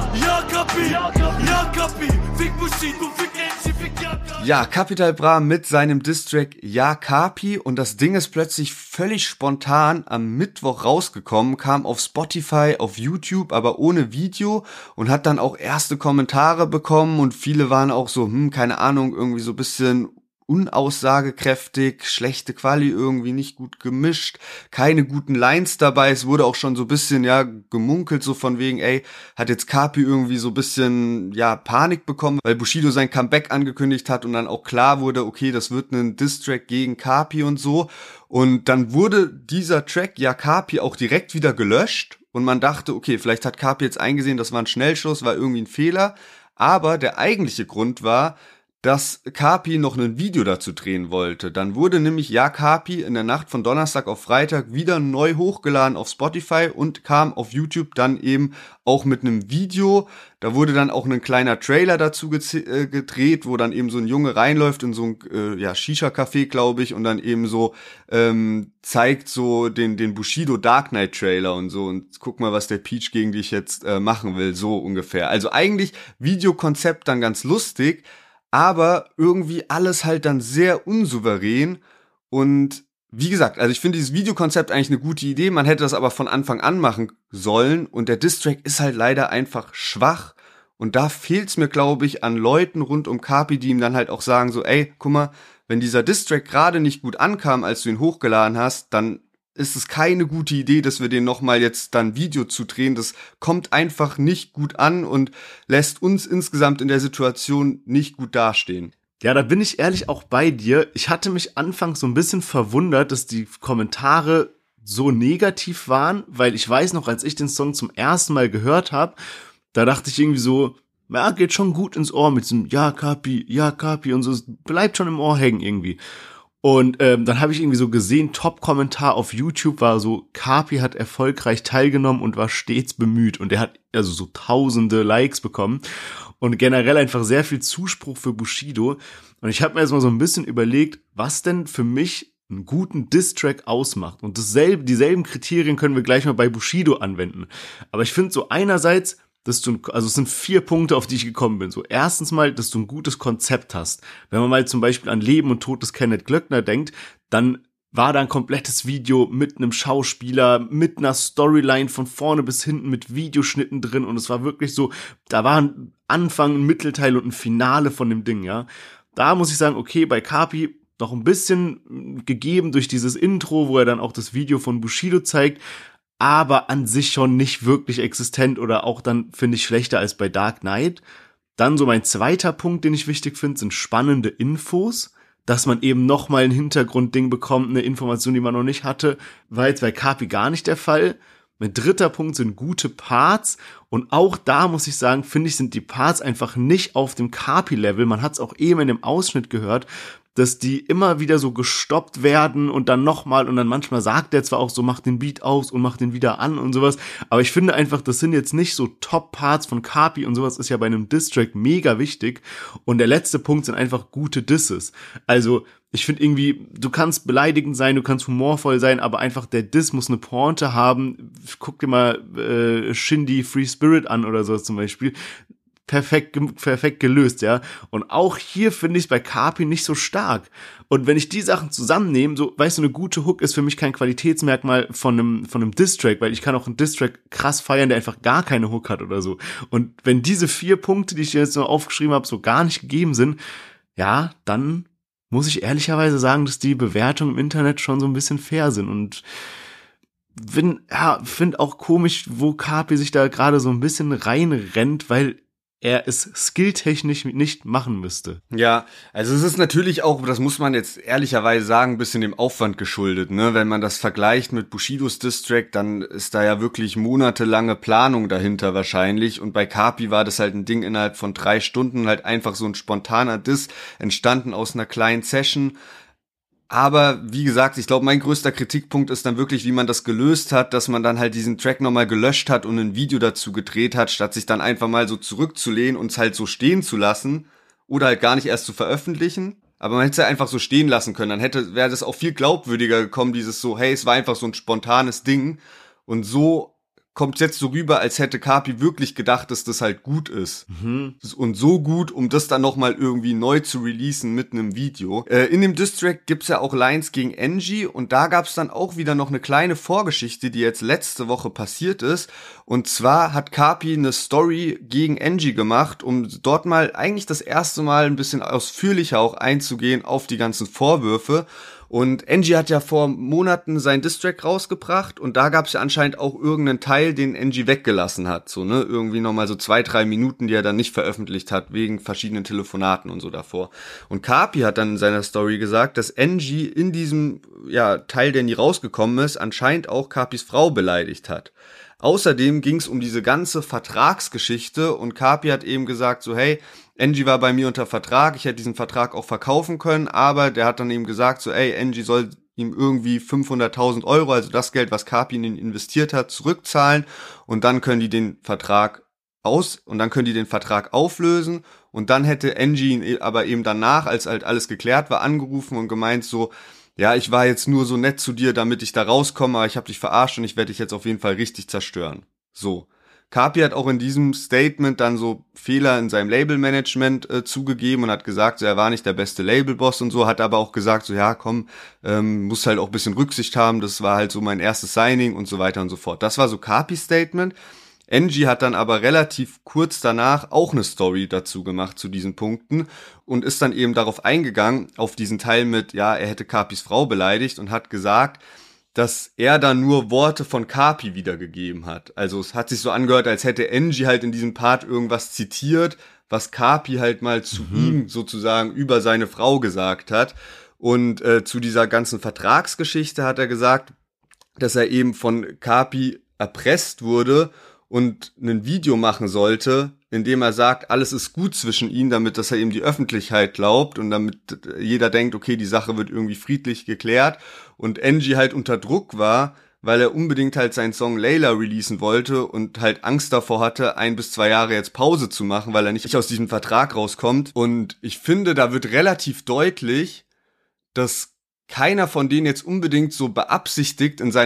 [SPEAKER 4] Ja-Kapi, fick Bushido, fick Angie, fick Yakari.
[SPEAKER 1] Ja, Capital Bra mit seinem Distrack Ja Kapi und das Ding ist plötzlich völlig spontan am Mittwoch rausgekommen, kam auf Spotify, auf YouTube, aber ohne Video und hat dann auch erste Kommentare bekommen und viele waren auch so, keine Ahnung, irgendwie so ein bisschen unaussagekräftig, schlechte Quali irgendwie, nicht gut gemischt, keine guten Lines dabei, es wurde auch schon so ein bisschen, ja, gemunkelt, so von wegen, ey, hat jetzt Kapi irgendwie so ein bisschen, ja, Panik bekommen, weil Bushido sein Comeback angekündigt hat und dann auch klar wurde, okay, das wird ein Diss-Track gegen Kapi und so und dann wurde dieser Track, Ja Kapi, auch direkt wieder gelöscht und man dachte, okay, vielleicht hat Kapi jetzt eingesehen, das war ein Schnellschuss, war irgendwie ein Fehler, aber der eigentliche Grund war, dass Kapi noch ein Video dazu drehen wollte. Dann wurde nämlich Ja Kapi in der Nacht von Donnerstag auf Freitag wieder neu hochgeladen auf Spotify und kam auf YouTube dann eben auch mit einem Video. Da wurde dann auch ein kleiner Trailer dazu gedreht, wo dann eben so ein Junge reinläuft in so ein Shisha-Café, glaube ich, und dann eben so zeigt so den Bushido Dark Knight Trailer und so und guck mal, was der Peach gegen dich jetzt machen will, so ungefähr. Also eigentlich Videokonzept dann ganz lustig, aber irgendwie alles halt dann sehr unsouverän und wie gesagt, also ich finde dieses Videokonzept eigentlich eine gute Idee, man hätte das aber von Anfang an machen sollen und der Diss-Track ist halt leider einfach schwach und da fehlt's mir, glaube ich, an Leuten rund um Kapi, die ihm dann halt auch sagen so, ey, guck mal, wenn dieser Diss-Track gerade nicht gut ankam, als du ihn hochgeladen hast, dann ist es keine gute Idee, dass wir den nochmal jetzt dann Video zu drehen. Das kommt einfach nicht gut an und lässt uns insgesamt in der Situation nicht gut dastehen.
[SPEAKER 2] Ja, da bin ich ehrlich auch bei dir. Ich hatte mich anfangs so ein bisschen verwundert, dass die Kommentare so negativ waren, weil ich weiß noch, als ich den Song zum ersten Mal gehört habe, da dachte ich irgendwie so, ja, geht schon gut ins Ohr mit diesem ja, Kapi und so, es bleibt schon im Ohr hängen irgendwie. Und dann habe ich irgendwie so gesehen, Top-Kommentar auf YouTube war so, Kapi hat erfolgreich teilgenommen und war stets bemüht. Und er hat also so tausende Likes bekommen und generell einfach sehr viel Zuspruch für Bushido. Und ich habe mir jetzt mal so ein bisschen überlegt, was denn für mich einen guten Diss-Track ausmacht. Und dieselben Kriterien können wir gleich mal bei Bushido anwenden. Aber ich finde so einerseits, also es sind 4 Punkte, auf die ich gekommen bin. So, erstens mal, dass du ein gutes Konzept hast. Wenn man mal zum Beispiel an Leben und Tod des Kenneth Glöckner denkt, dann war da ein komplettes Video mit einem Schauspieler, mit einer Storyline von vorne bis hinten, mit Videoschnitten drin und es war wirklich so, da war ein Anfang, ein Mittelteil und ein Finale von dem Ding, ja. Da muss ich sagen, okay, bei Kapi noch ein bisschen gegeben durch dieses Intro, wo er dann auch das Video von Bushido zeigt, aber an sich schon nicht wirklich existent oder auch dann, finde ich, schlechter als bei Dark Knight. Dann so mein zweiter Punkt, den ich wichtig finde, sind spannende Infos, dass man eben nochmal ein Hintergrundding bekommt, eine Information, die man noch nicht hatte, war jetzt bei Kapi gar nicht der Fall. Mein dritter Punkt sind gute Parts und auch da muss ich sagen, finde ich, sind die Parts einfach nicht auf dem Kapi-Level. Man hat es auch eben in dem Ausschnitt gehört, dass die immer wieder so gestoppt werden und dann nochmal und dann manchmal sagt er zwar auch so, mach den Beat aus und mach den wieder an und sowas, aber ich finde einfach, das sind jetzt nicht so Top-Parts von Kapi und sowas ist ja bei einem Diss-Track mega wichtig und der letzte Punkt sind einfach gute Disses. Also ich finde irgendwie, du kannst beleidigend sein, du kannst humorvoll sein, aber einfach der Diss muss eine Pointe haben. Guck dir mal Shindy Free Spirit an oder sowas zum Beispiel. Perfekt gelöst, ja. Und auch hier finde ich es bei Kapi nicht so stark. Und wenn ich die Sachen zusammennehme, so, weißt du, eine gute Hook ist für mich kein Qualitätsmerkmal von einem Diss-Track, weil ich kann auch einen Diss-Track krass feiern, der einfach gar keine Hook hat oder so. Und wenn diese 4 Punkte, die ich jetzt noch aufgeschrieben habe, so gar nicht gegeben sind, ja, dann muss ich ehrlicherweise sagen, dass die Bewertungen im Internet schon so ein bisschen fair sind und finde auch komisch, wo Kapi sich da gerade so ein bisschen reinrennt, weil er es skilltechnisch nicht machen müsste.
[SPEAKER 1] Ja, also es ist natürlich auch, das muss man jetzt ehrlicherweise sagen, ein bisschen dem Aufwand geschuldet, ne? Wenn man das vergleicht mit Bushidos Diss-Track, dann ist da ja wirklich monatelange Planung dahinter wahrscheinlich und bei Kapi war das halt ein Ding innerhalb von 3 Stunden, halt einfach so ein spontaner Diss, entstanden aus einer kleinen Session. Aber wie gesagt, ich glaube, mein größter Kritikpunkt ist dann wirklich, wie man das gelöst hat, dass man dann halt diesen Track nochmal gelöscht hat und ein Video dazu gedreht hat, statt sich dann einfach mal so zurückzulehnen und es halt so stehen zu lassen oder halt gar nicht erst zu veröffentlichen. Aber man hätte es ja einfach so stehen lassen können. Dann wäre das auch viel glaubwürdiger gekommen, dieses so, hey, es war einfach so ein spontanes Ding. Und so kommt jetzt so rüber, als hätte Kapi wirklich gedacht, dass das halt gut ist. Und so gut, um das dann nochmal irgendwie neu zu releasen mit einem Video. In dem Diss-Track gibt's ja auch Lines gegen Engie und da gab's dann auch wieder noch eine kleine Vorgeschichte, die jetzt letzte Woche passiert ist. Und zwar hat Kapi eine Story gegen Engie gemacht, um dort mal eigentlich das erste Mal ein bisschen ausführlicher auch einzugehen auf die ganzen Vorwürfe. Und Engie hat ja vor Monaten seinen Diss-Track rausgebracht und da gab es ja anscheinend auch irgendeinen Teil, den Engie weggelassen hat. So, ne, irgendwie nochmal so 2-3 Minuten, die er dann nicht veröffentlicht hat, wegen verschiedenen Telefonaten und so davor. Und Kapi hat dann in seiner Story gesagt, dass Engie in diesem Teil, der nie rausgekommen ist, anscheinend auch Kapis Frau beleidigt hat. Außerdem ging es um diese ganze Vertragsgeschichte und Kapi hat eben gesagt so, hey, Engie war bei mir unter Vertrag, ich hätte diesen Vertrag auch verkaufen können, aber der hat dann eben gesagt so, ey, Engie soll ihm irgendwie 500.000 Euro, also das Geld, was Kapi in ihn investiert hat, zurückzahlen und dann können die den Vertrag auflösen und dann hätte Engie ihn aber eben danach, als halt alles geklärt war, angerufen und gemeint so, ja, ich war jetzt nur so nett zu dir, damit ich da rauskomme, aber ich habe dich verarscht und ich werde dich jetzt auf jeden Fall richtig zerstören. So. Kapi hat auch in diesem Statement dann so Fehler in seinem Labelmanagement zugegeben und hat gesagt, so, er war nicht der beste Labelboss und so, hat aber auch gesagt, so ja, komm, muss halt auch ein bisschen Rücksicht haben, das war halt so mein erstes Signing und so weiter und so fort. Das war so Kapis Statement. Engie hat dann aber relativ kurz danach auch eine Story dazu gemacht zu diesen Punkten und ist dann eben darauf eingegangen, auf diesen Teil mit, ja, er hätte Kapis Frau beleidigt und hat gesagt, dass er da nur Worte von Kapi wiedergegeben hat. Also es hat sich so angehört, als hätte Engie halt in diesem Part irgendwas zitiert, was Kapi halt mal zu ihm sozusagen über seine Frau gesagt hat. Und zu dieser ganzen Vertragsgeschichte hat er gesagt, dass er eben von Kapi erpresst wurde und ein Video machen sollte, in dem er sagt, alles ist gut zwischen ihnen, damit dass er eben die Öffentlichkeit glaubt und damit jeder denkt, okay, die Sache wird irgendwie friedlich geklärt. Und Angie halt unter Druck war, weil er unbedingt halt seinen Song Layla releasen wollte und halt Angst davor hatte, 1 bis 2 Jahre jetzt Pause zu machen, weil er nicht aus diesem Vertrag rauskommt. Und ich finde, da wird relativ deutlich, dass keiner von denen jetzt unbedingt so beabsichtigt, in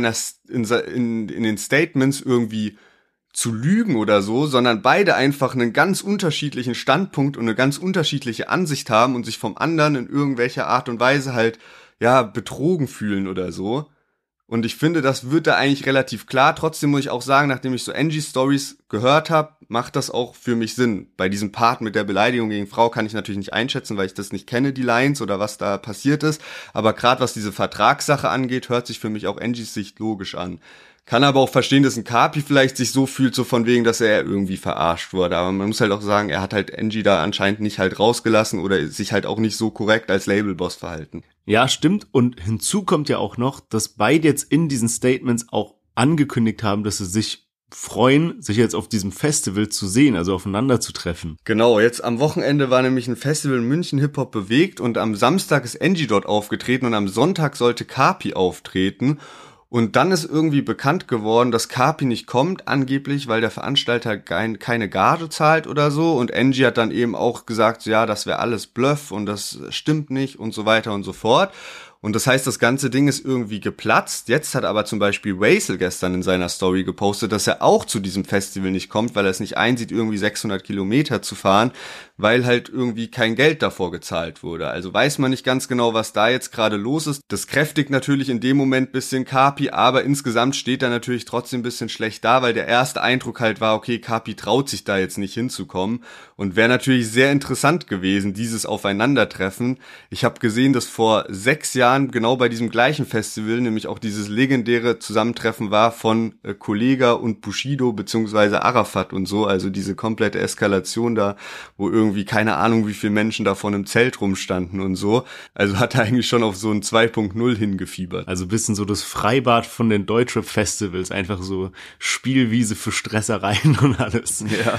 [SPEAKER 1] den Statements irgendwie zu lügen oder so, sondern beide einfach einen ganz unterschiedlichen Standpunkt und eine ganz unterschiedliche Ansicht haben und sich vom anderen in irgendwelcher Art und Weise halt, ja, betrogen fühlen oder so. Und ich finde, das wird da eigentlich relativ klar. Trotzdem muss ich auch sagen, nachdem ich so Angie-Stories gehört habe, macht das auch für mich Sinn. Bei diesem Part mit der Beleidigung gegen Frau kann ich natürlich nicht einschätzen, weil ich das nicht kenne, die Lines oder was da passiert ist. Aber gerade was diese Vertragssache angeht, hört sich für mich auch Angies Sicht logisch an. Kann aber auch verstehen, dass ein Kapi vielleicht sich so fühlt, so von wegen, dass er irgendwie verarscht wurde. Aber man muss halt auch sagen, er hat halt Angie da anscheinend nicht halt rausgelassen oder sich halt auch nicht so korrekt als Labelboss verhalten.
[SPEAKER 2] Ja, stimmt. Und hinzu kommt ja auch noch, dass beide jetzt in diesen Statements auch angekündigt haben, dass sie sich freuen, sich jetzt auf diesem Festival zu sehen, also aufeinander zu treffen.
[SPEAKER 1] Genau, jetzt am Wochenende war nämlich ein Festival in München, Hip-Hop bewegt, und am Samstag ist Angie dort aufgetreten und am Sonntag sollte Kapi auftreten. Und dann ist irgendwie bekannt geworden, dass Kapi nicht kommt, angeblich, weil der Veranstalter keine Gage zahlt oder so. Und Angie hat dann eben auch gesagt, ja, das wäre alles Bluff und das stimmt nicht und so weiter und so fort. Und das heißt, das ganze Ding ist irgendwie geplatzt. Jetzt hat aber zum Beispiel Waisel gestern in seiner Story gepostet, dass er auch zu diesem Festival nicht kommt, weil er es nicht einsieht, irgendwie 600 Kilometer zu fahren, weil halt irgendwie kein Geld davor gezahlt wurde. Also weiß man nicht ganz genau, was da jetzt gerade los ist. Das kräftigt natürlich in dem Moment bisschen Kapi, aber insgesamt steht er natürlich trotzdem ein bisschen schlecht da, weil der erste Eindruck halt war, okay, Kapi traut sich da jetzt nicht hinzukommen. Und wäre natürlich sehr interessant gewesen, dieses Aufeinandertreffen. Ich habe gesehen, dass vor 6 Jahren genau bei diesem gleichen Festival nämlich auch dieses legendäre Zusammentreffen war von Kollega und Bushido beziehungsweise Arafat und so, also diese komplette Eskalation da, wo irgendwie keine Ahnung wie viele Menschen da vor einem Zelt rumstanden und so. Also hat er eigentlich schon auf so ein 2.0 hingefiebert.
[SPEAKER 2] Also ein bisschen so das Freibad von den Deutschrap-Festivals, einfach so Spielwiese für Stressereien und alles.
[SPEAKER 1] Ja.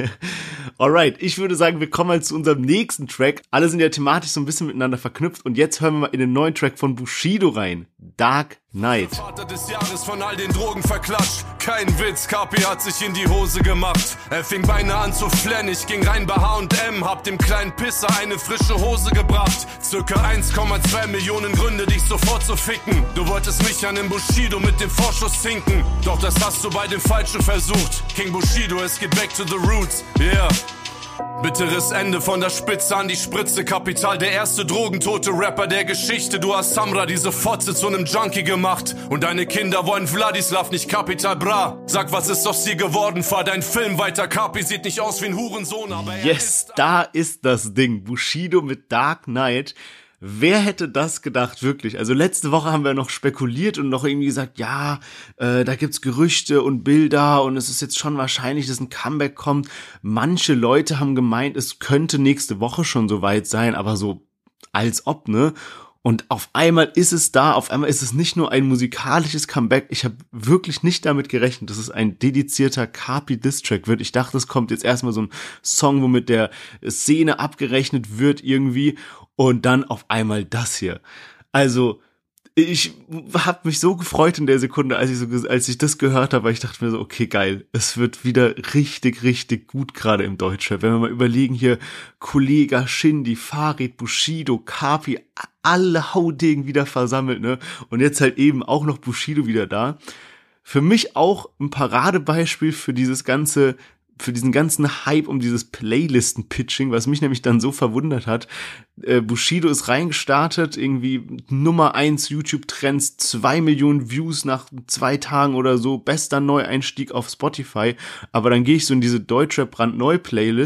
[SPEAKER 2] Alright, ich würde sagen, wir kommen mal zu unserem nächsten Track. Alle sind ja thematisch so ein bisschen miteinander verknüpft und jetzt hören wir mal in den neuen Track von Bushido rein. Dark Knight.
[SPEAKER 5] Vater des Jahres von all den Drogen verklatscht. Kein Witz, Kapi hat sich in die Hose gemacht. Er fing beinahe an zu flennen, ich ging rein bei H&M, hab dem kleinen Pisser eine frische Hose gebracht. Circa 1,2 Millionen Gründe, dich sofort zu ficken. Du wolltest mich an den Bushido mit dem Vorschuss zinken. Doch das hast du bei dem Falschen versucht. King Bushido, es geht back to the roots, yeah. Bitteres Ende von der Spitze an die Spritze. Kapital, der erste drogentote Rapper der Geschichte. Du hast Samra, diese Fotze, zu nem Junkie gemacht. Und deine Kinder wollen Vladislav, nicht Kapital Bra. Sag, was ist aus sie geworden? Fahr deinen Film weiter. Kapi sieht nicht aus wie ein Hurensohn, aber er
[SPEAKER 2] Yes, da ist das Ding. Bushido mit Dark Knight. Wer hätte das gedacht, wirklich? Also letzte Woche haben wir noch spekuliert und noch irgendwie gesagt, ja, da gibt's Gerüchte und Bilder und es ist jetzt schon wahrscheinlich, dass ein Comeback kommt. Manche Leute haben gemeint, es könnte nächste Woche schon soweit sein, aber so als ob, ne? Und auf einmal ist es da, auf einmal ist es nicht nur ein musikalisches Comeback. Ich habe wirklich nicht damit gerechnet, dass es ein dedizierter Kapi-Diss-Track wird. Ich dachte, es kommt jetzt erstmal so ein Song, womit der Szene abgerechnet wird irgendwie. Und dann auf einmal das hier. Also, ich habe mich so gefreut in der Sekunde, als ich das gehört habe, weil ich dachte mir so, okay, geil, es wird wieder richtig, richtig gut gerade im Deutschrap. Wenn wir mal überlegen hier, Kollega, Shindy, Farid, Bushido, Kapi, alle Haudegen wieder versammelt, ne? Und jetzt halt eben auch noch Bushido wieder da. Für mich auch ein Paradebeispiel für diesen ganzen Hype um dieses Playlisten-Pitching, was mich nämlich dann so verwundert hat. Bushido ist reingestartet, irgendwie Nummer 1 YouTube-Trends, 2 Millionen Views nach 2 Tagen oder so, bester Neueinstieg auf Spotify. Aber dann gehe ich so in diese Deutschrap-Brandneu-Playlist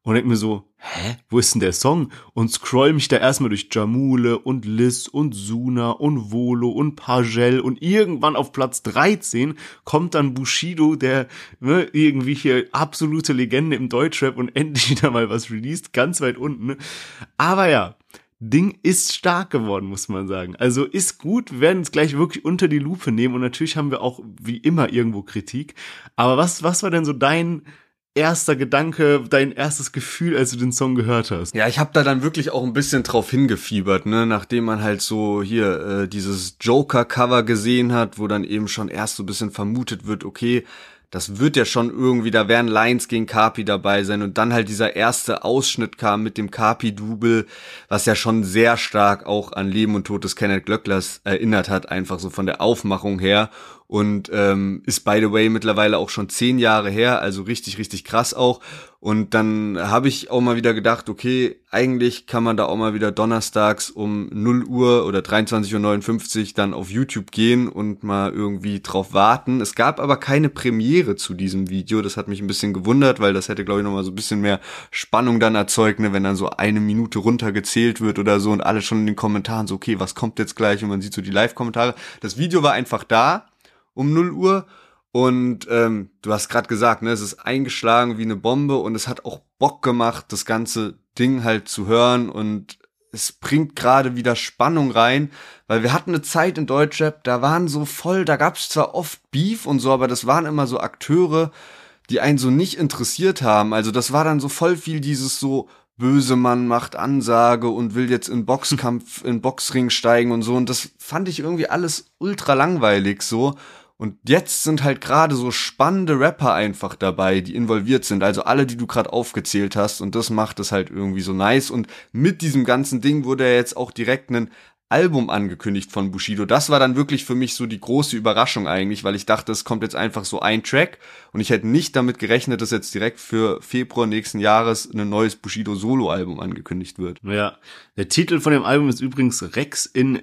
[SPEAKER 2] und denk mir so, wo ist denn der Song? Und scroll mich da erstmal durch Jamule und Liz und Suna und Volo und Pagel und irgendwann auf Platz 13 kommt dann Bushido, der irgendwie hier absolute Legende im Deutschrap und endlich wieder mal was released, ganz weit unten. Ne? Aber ja, Ding ist stark geworden, muss man sagen. Also ist gut, wir werden es gleich wirklich unter die Lupe nehmen und natürlich haben wir auch wie immer irgendwo Kritik. Aber was war denn so dein erster Gedanke, dein erstes Gefühl, als du den Song gehört hast?
[SPEAKER 1] Ja, ich habe da dann wirklich auch ein bisschen drauf hingefiebert, ne, nachdem man halt so hier dieses Joker-Cover gesehen hat, wo dann eben schon erst so ein bisschen vermutet wird, okay, das wird ja schon irgendwie, da werden Lines gegen Kapi dabei sein und dann halt dieser erste Ausschnitt kam mit dem Kapi-Double, was ja schon sehr stark auch an Leben und Tod des Kenneth Glöcklers erinnert hat, einfach so von der Aufmachung her und ist by the way mittlerweile auch schon 10 Jahre her, also richtig, richtig krass auch. Und dann habe ich auch mal wieder gedacht, eigentlich kann man da auch mal wieder donnerstags um 0 Uhr oder 23:59 Uhr dann auf YouTube gehen und mal irgendwie drauf warten. Es gab aber keine Premiere zu diesem Video, das hat mich ein bisschen gewundert, weil das hätte, glaube ich, nochmal so ein bisschen mehr Spannung dann erzeugt, ne, wenn dann so 1 Minute runtergezählt wird oder so und alle schon in den Kommentaren so, okay, was kommt jetzt gleich? Und man sieht so die Live-Kommentare. Das Video war einfach da um 0 Uhr. Und du hast gerade gesagt, ne, es ist eingeschlagen wie eine Bombe und es hat auch Bock gemacht, das ganze Ding halt zu hören und es bringt gerade wieder Spannung rein, weil wir hatten eine Zeit in Deutschrap, da waren so voll, da gab's zwar oft Beef und so, aber das waren immer so Akteure, die einen so nicht interessiert haben. Also das war dann so voll viel dieses so, böse Mann macht Ansage und will jetzt in Boxkampf, in Boxring steigen und so und das fand ich irgendwie alles ultra langweilig so. Und jetzt sind halt gerade so spannende Rapper einfach dabei, die involviert sind. Also alle, die du gerade aufgezählt hast. Und das macht es halt irgendwie so nice. Und mit diesem ganzen Ding wurde ja jetzt auch direkt ein Album angekündigt von Bushido. Das war dann wirklich für mich so die große Überraschung eigentlich, weil ich dachte, es kommt jetzt einfach so ein Track. Und ich hätte nicht damit gerechnet, dass jetzt direkt für Februar nächsten Jahres ein neues Bushido-Solo-Album angekündigt wird.
[SPEAKER 2] Ja, der Titel von dem Album ist übrigens Rex in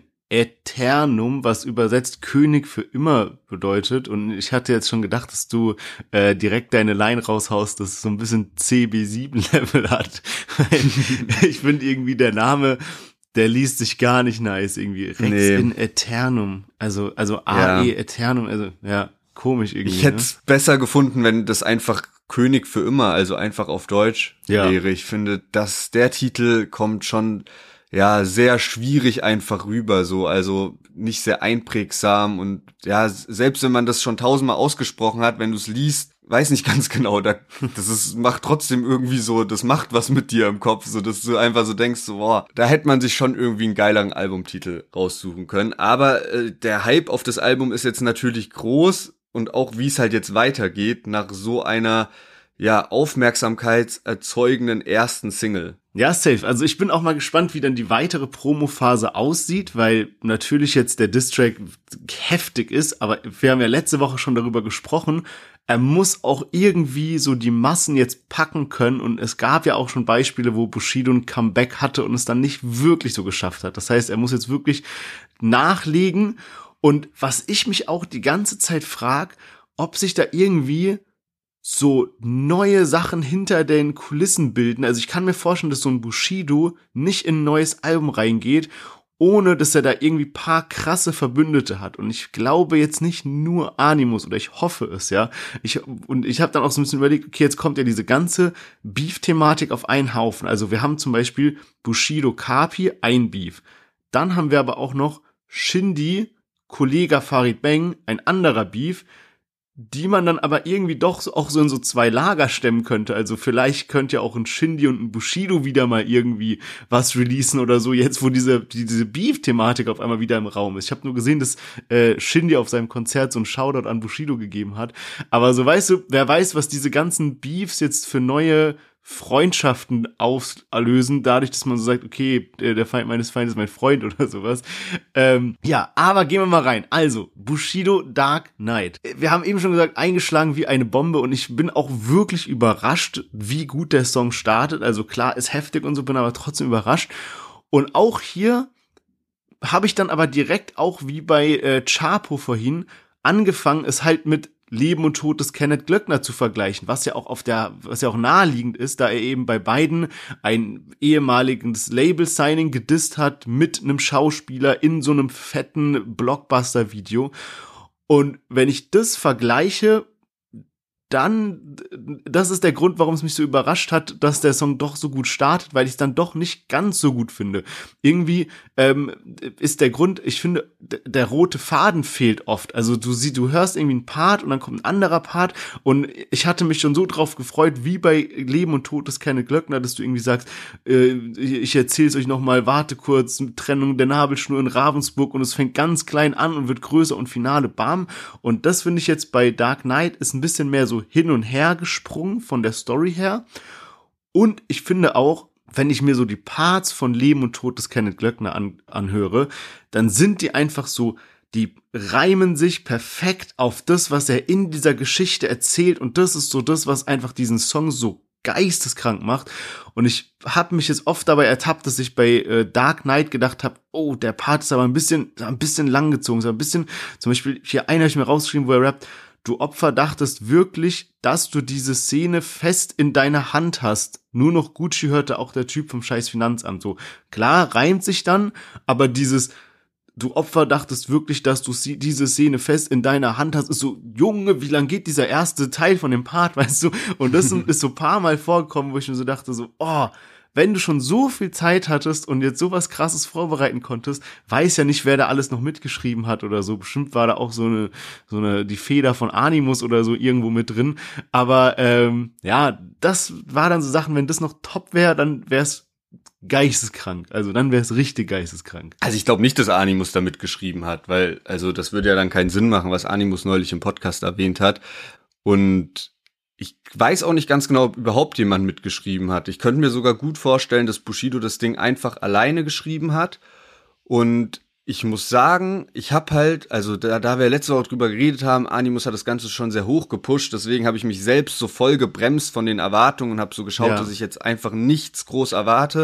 [SPEAKER 2] Eternum, was übersetzt König für immer bedeutet. Und ich hatte jetzt schon gedacht, dass du direkt deine Line raushaust, dass es so ein bisschen CB7-Level hat. Ich finde irgendwie der Name, der liest sich gar nicht nice irgendwie. Rex in Eternum. Also AE Eternum, also ja, komisch irgendwie.
[SPEAKER 1] Ich hätte es besser gefunden, wenn das einfach König für immer, also einfach auf Deutsch wäre. Ich finde, dass der Titel kommt schon sehr schwierig einfach rüber, so, also nicht sehr einprägsam und ja, selbst wenn man das schon 1000-mal ausgesprochen hat, wenn du es liest, weiß nicht ganz genau, macht trotzdem irgendwie so, das macht was mit dir im Kopf, so, dass du einfach so denkst, so, boah, da hätte man sich schon irgendwie einen geileren Albumtitel raussuchen können, aber der Hype auf das Album ist jetzt natürlich groß und auch wie es halt jetzt weitergeht nach so einer aufmerksamkeitserzeugenden ersten Single.
[SPEAKER 2] Ja, safe. Also ich bin auch mal gespannt, wie dann die weitere Promophase aussieht, weil natürlich jetzt der Diss-Track heftig ist, aber wir haben ja letzte Woche schon darüber gesprochen, er muss auch irgendwie so die Massen jetzt packen können und es gab ja auch schon Beispiele, wo Bushido ein Comeback hatte und es dann nicht wirklich so geschafft hat. Das heißt, er muss jetzt wirklich nachlegen und was ich mich auch die ganze Zeit frage, ob sich da irgendwie so neue Sachen hinter den Kulissen bilden. Also ich kann mir vorstellen, dass so ein Bushido nicht in ein neues Album reingeht, ohne dass er da irgendwie paar krasse Verbündete hat. Und ich glaube jetzt nicht nur Animus, oder ich hoffe es, ja. Ich habe dann auch so ein bisschen überlegt, okay, jetzt kommt ja diese ganze Beef-Thematik auf einen Haufen. Also wir haben zum Beispiel Bushido Kapi, ein Beef. Dann haben wir aber auch noch Shindy, Kollega Farid Bang, ein anderer Beef, die man dann aber irgendwie doch auch so in so zwei Lager stemmen könnte. Also vielleicht könnte ja auch ein Shindy und ein Bushido wieder mal irgendwie was releasen oder so, jetzt wo diese Beef-Thematik auf einmal wieder im Raum ist. Ich habe nur gesehen, dass Shindy auf seinem Konzert so einen Shoutout an Bushido gegeben hat. Aber so weißt du, wer weiß, was diese ganzen Beefs jetzt für neue Freundschaften auslösen, dadurch, dass man so sagt, okay, der Feind meines Feindes ist mein Freund oder sowas. Aber gehen wir mal rein. Also, Bushido Dark Knight. Wir haben eben schon gesagt, eingeschlagen wie eine Bombe und ich bin auch wirklich überrascht, wie gut der Song startet. Also klar, ist heftig und so, bin aber trotzdem überrascht. Und auch hier habe ich dann aber direkt auch wie bei Chapo vorhin angefangen, es halt mit Leben und Tod des Kenneth Glöckner zu vergleichen, was ja auch naheliegend ist, da er eben bei beiden ein ehemaliges Label-Signing gedisst hat mit einem Schauspieler in so einem fetten Blockbuster-Video. Und wenn ich das vergleiche, dann, das ist der Grund, warum es mich so überrascht hat, dass der Song doch so gut startet, weil ich es dann doch nicht ganz so gut finde. Irgendwie ist der Grund, ich finde, der rote Faden fehlt oft. Also du hörst irgendwie einen Part und dann kommt ein anderer Part und ich hatte mich schon so drauf gefreut, wie bei Leben und Tod des Kenneth Glöckner, dass du irgendwie sagst, ich erzähl's euch nochmal, warte kurz, Trennung der Nabelschnur in Ravensburg und es fängt ganz klein an und wird größer und Finale, bam. Und das finde ich jetzt bei Dark Knight ist ein bisschen mehr so hin und her gesprungen von der Story her. Und ich finde auch, wenn ich mir so die Parts von Leben und Tod des Kenneth Glöckner anhöre, dann sind die einfach so, die reimen sich perfekt auf das, was er in dieser Geschichte erzählt. Und das ist so das, was einfach diesen Song so geisteskrank macht. Und ich habe mich jetzt oft dabei ertappt, dass ich bei Dark Knight gedacht habe, oh, der Part ist aber ein bisschen langgezogen. So ein bisschen, zum Beispiel, hier einer habe ich mir rausgeschrieben, wo er rappt, du Opfer dachtest wirklich, dass du diese Szene fest in deiner Hand hast. Nur noch Gucci hörte auch der Typ vom scheiß Finanzamt. So, klar, reimt sich dann, aber dieses, du Opfer dachtest wirklich, dass du diese Szene fest in deiner Hand hast, ist so, Junge, wie lang geht dieser erste Teil von dem Part, weißt du? Und das ist so ein paar Mal vorgekommen, wo ich mir so dachte, so, oh, wenn du schon so viel Zeit hattest und jetzt sowas Krasses vorbereiten konntest, weiß ja nicht, wer da alles noch mitgeschrieben hat oder so. Bestimmt war da auch so eine die Feder von Animus oder so irgendwo mit drin. Aber ja, das war dann so Sachen, wenn das noch top wäre, dann wäre es geisteskrank. Also dann wäre es richtig geisteskrank.
[SPEAKER 1] Also ich glaube nicht, dass Animus da mitgeschrieben hat, weil also das würde ja dann keinen Sinn machen, was Animus neulich im Podcast erwähnt hat. Und ich weiß auch nicht ganz genau, ob überhaupt jemand mitgeschrieben hat. Ich könnte mir sogar gut vorstellen, dass Bushido das Ding einfach alleine geschrieben hat. Und ich muss sagen, ich habe halt, also da wir letzte Woche drüber geredet haben, Animus hat das Ganze schon sehr hoch gepusht, deswegen habe ich mich selbst so voll gebremst von den Erwartungen und habe so geschaut, dass ich jetzt einfach nichts groß erwarte.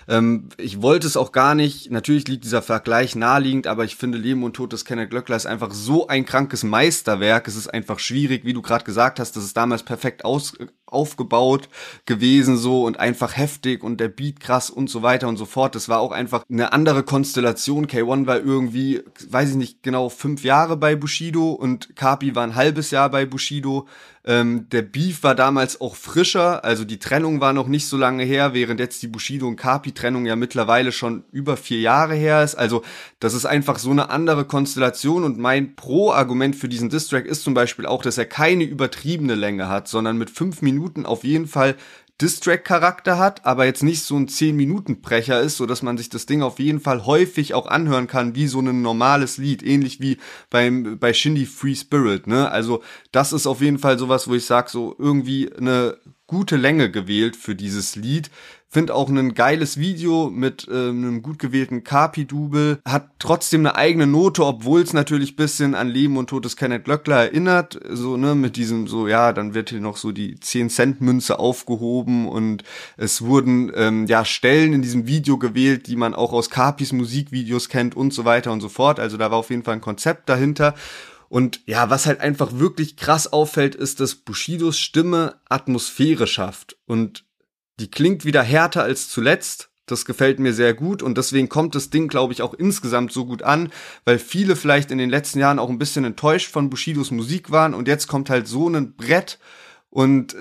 [SPEAKER 1] Ich wollte es auch gar nicht, natürlich liegt dieser Vergleich naheliegend, aber ich finde Leben und Tod des Kenneth Glöckler ist einfach so ein krankes Meisterwerk. Es ist einfach schwierig, wie du gerade gesagt hast, das ist damals perfekt aufgebaut gewesen so und einfach heftig und der Beat krass und so weiter und so fort. Das war auch einfach eine andere Konstellation. K1 war irgendwie, weiß ich nicht genau, 5 Jahre bei Bushido und Kapi war ein halbes Jahr bei Bushido. Der Beef war damals auch frischer, also die Trennung war noch nicht so lange her, während jetzt die Bushido- und Kapi-Trennung ja mittlerweile schon über 4 Jahre her ist. Also das ist einfach so eine andere Konstellation und mein Pro-Argument für diesen Diss-Track ist zum Beispiel auch, dass er keine übertriebene Länge hat, sondern mit 5 Minuten auf jeden Fall Diss-Track-Charakter hat, aber jetzt nicht so ein 10-Minuten-Brecher ist, so dass man sich das Ding auf jeden Fall häufig auch anhören kann, wie so ein normales Lied, ähnlich wie bei Shindy Free Spirit, ne? Also das ist auf jeden Fall sowas, wo ich sag, so irgendwie eine gute Länge gewählt für dieses Lied. Find auch ein geiles Video mit einem gut gewählten Kapi-Double. Hat trotzdem eine eigene Note, obwohl es natürlich bisschen an Leben und Tod des Kenneth Glöckler erinnert. So, ne, mit diesem so, ja, dann wird hier noch so die 10-Cent-Münze aufgehoben und es wurden Stellen in diesem Video gewählt, die man auch aus Kapis Musikvideos kennt und so weiter und so fort. Also da war auf jeden Fall ein Konzept dahinter. Und ja, was halt einfach wirklich krass auffällt, ist, dass Bushidos Stimme Atmosphäre schafft. Und die klingt wieder härter als zuletzt. Das gefällt mir sehr gut und deswegen kommt das Ding, glaube ich, auch insgesamt so gut an, weil viele vielleicht in den letzten Jahren auch ein bisschen enttäuscht von Bushidos Musik waren und jetzt kommt halt so ein Brett und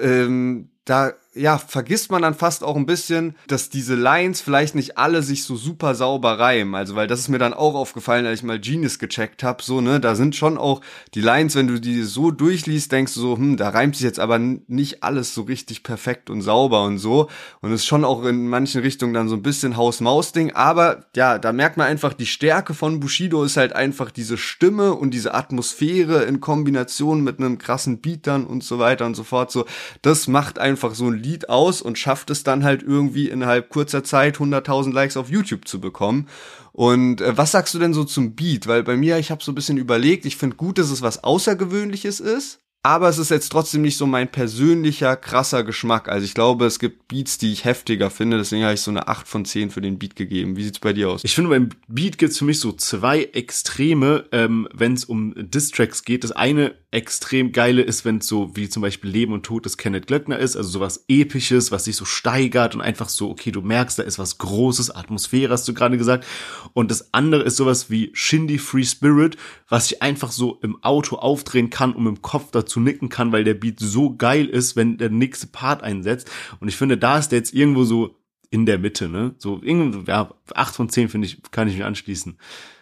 [SPEAKER 1] da vergisst man dann fast auch ein bisschen, dass diese Lines vielleicht nicht alle sich so super sauber reimen. Also, weil das ist mir dann auch aufgefallen, als ich mal Genius gecheckt habe, so, ne, da sind schon auch die Lines, wenn du die so durchliest, denkst du so, da reimt sich jetzt aber nicht alles so richtig perfekt und sauber und so. Und es ist schon auch in manchen Richtungen dann so ein bisschen Haus-Maus-Ding. Aber ja, da merkt man einfach, die Stärke von Bushido ist halt einfach diese Stimme und diese Atmosphäre in Kombination mit einem krassen Beat dann und so weiter und so fort. So, das macht einfach so ein Lied aus und schafft es dann halt irgendwie innerhalb kurzer Zeit 100.000 Likes auf YouTube zu bekommen. Und was sagst du denn so zum Beat? Weil bei mir, ich habe so ein bisschen überlegt, ich finde gut, dass es was Außergewöhnliches ist, aber es ist jetzt trotzdem nicht so mein persönlicher, krasser Geschmack. Also ich glaube, es gibt Beats, die ich heftiger finde, deswegen habe ich so eine 8 von 10 für den Beat gegeben. Wie sieht's bei dir aus?
[SPEAKER 2] Ich finde, beim Beat gibt's für mich so 2 Extreme, wenn es um Diss-Tracks geht. Das eine extrem geile ist, wenn es so wie zum Beispiel Leben und Tod des Kenneth Glöckner ist, also sowas Episches, was sich so steigert und einfach so, okay, du merkst, da ist was Großes, Atmosphäre, hast du gerade gesagt. Und das andere ist sowas wie Shindy Free Spirit, was ich einfach so im Auto aufdrehen kann und im Kopf dazu nicken kann, weil der Beat so geil ist, wenn der nächste Part einsetzt. Und ich finde, da ist der jetzt irgendwo so in der Mitte, ne? So irgendwie, ja, 8 von 10 finde ich, kann ich mir anschließen.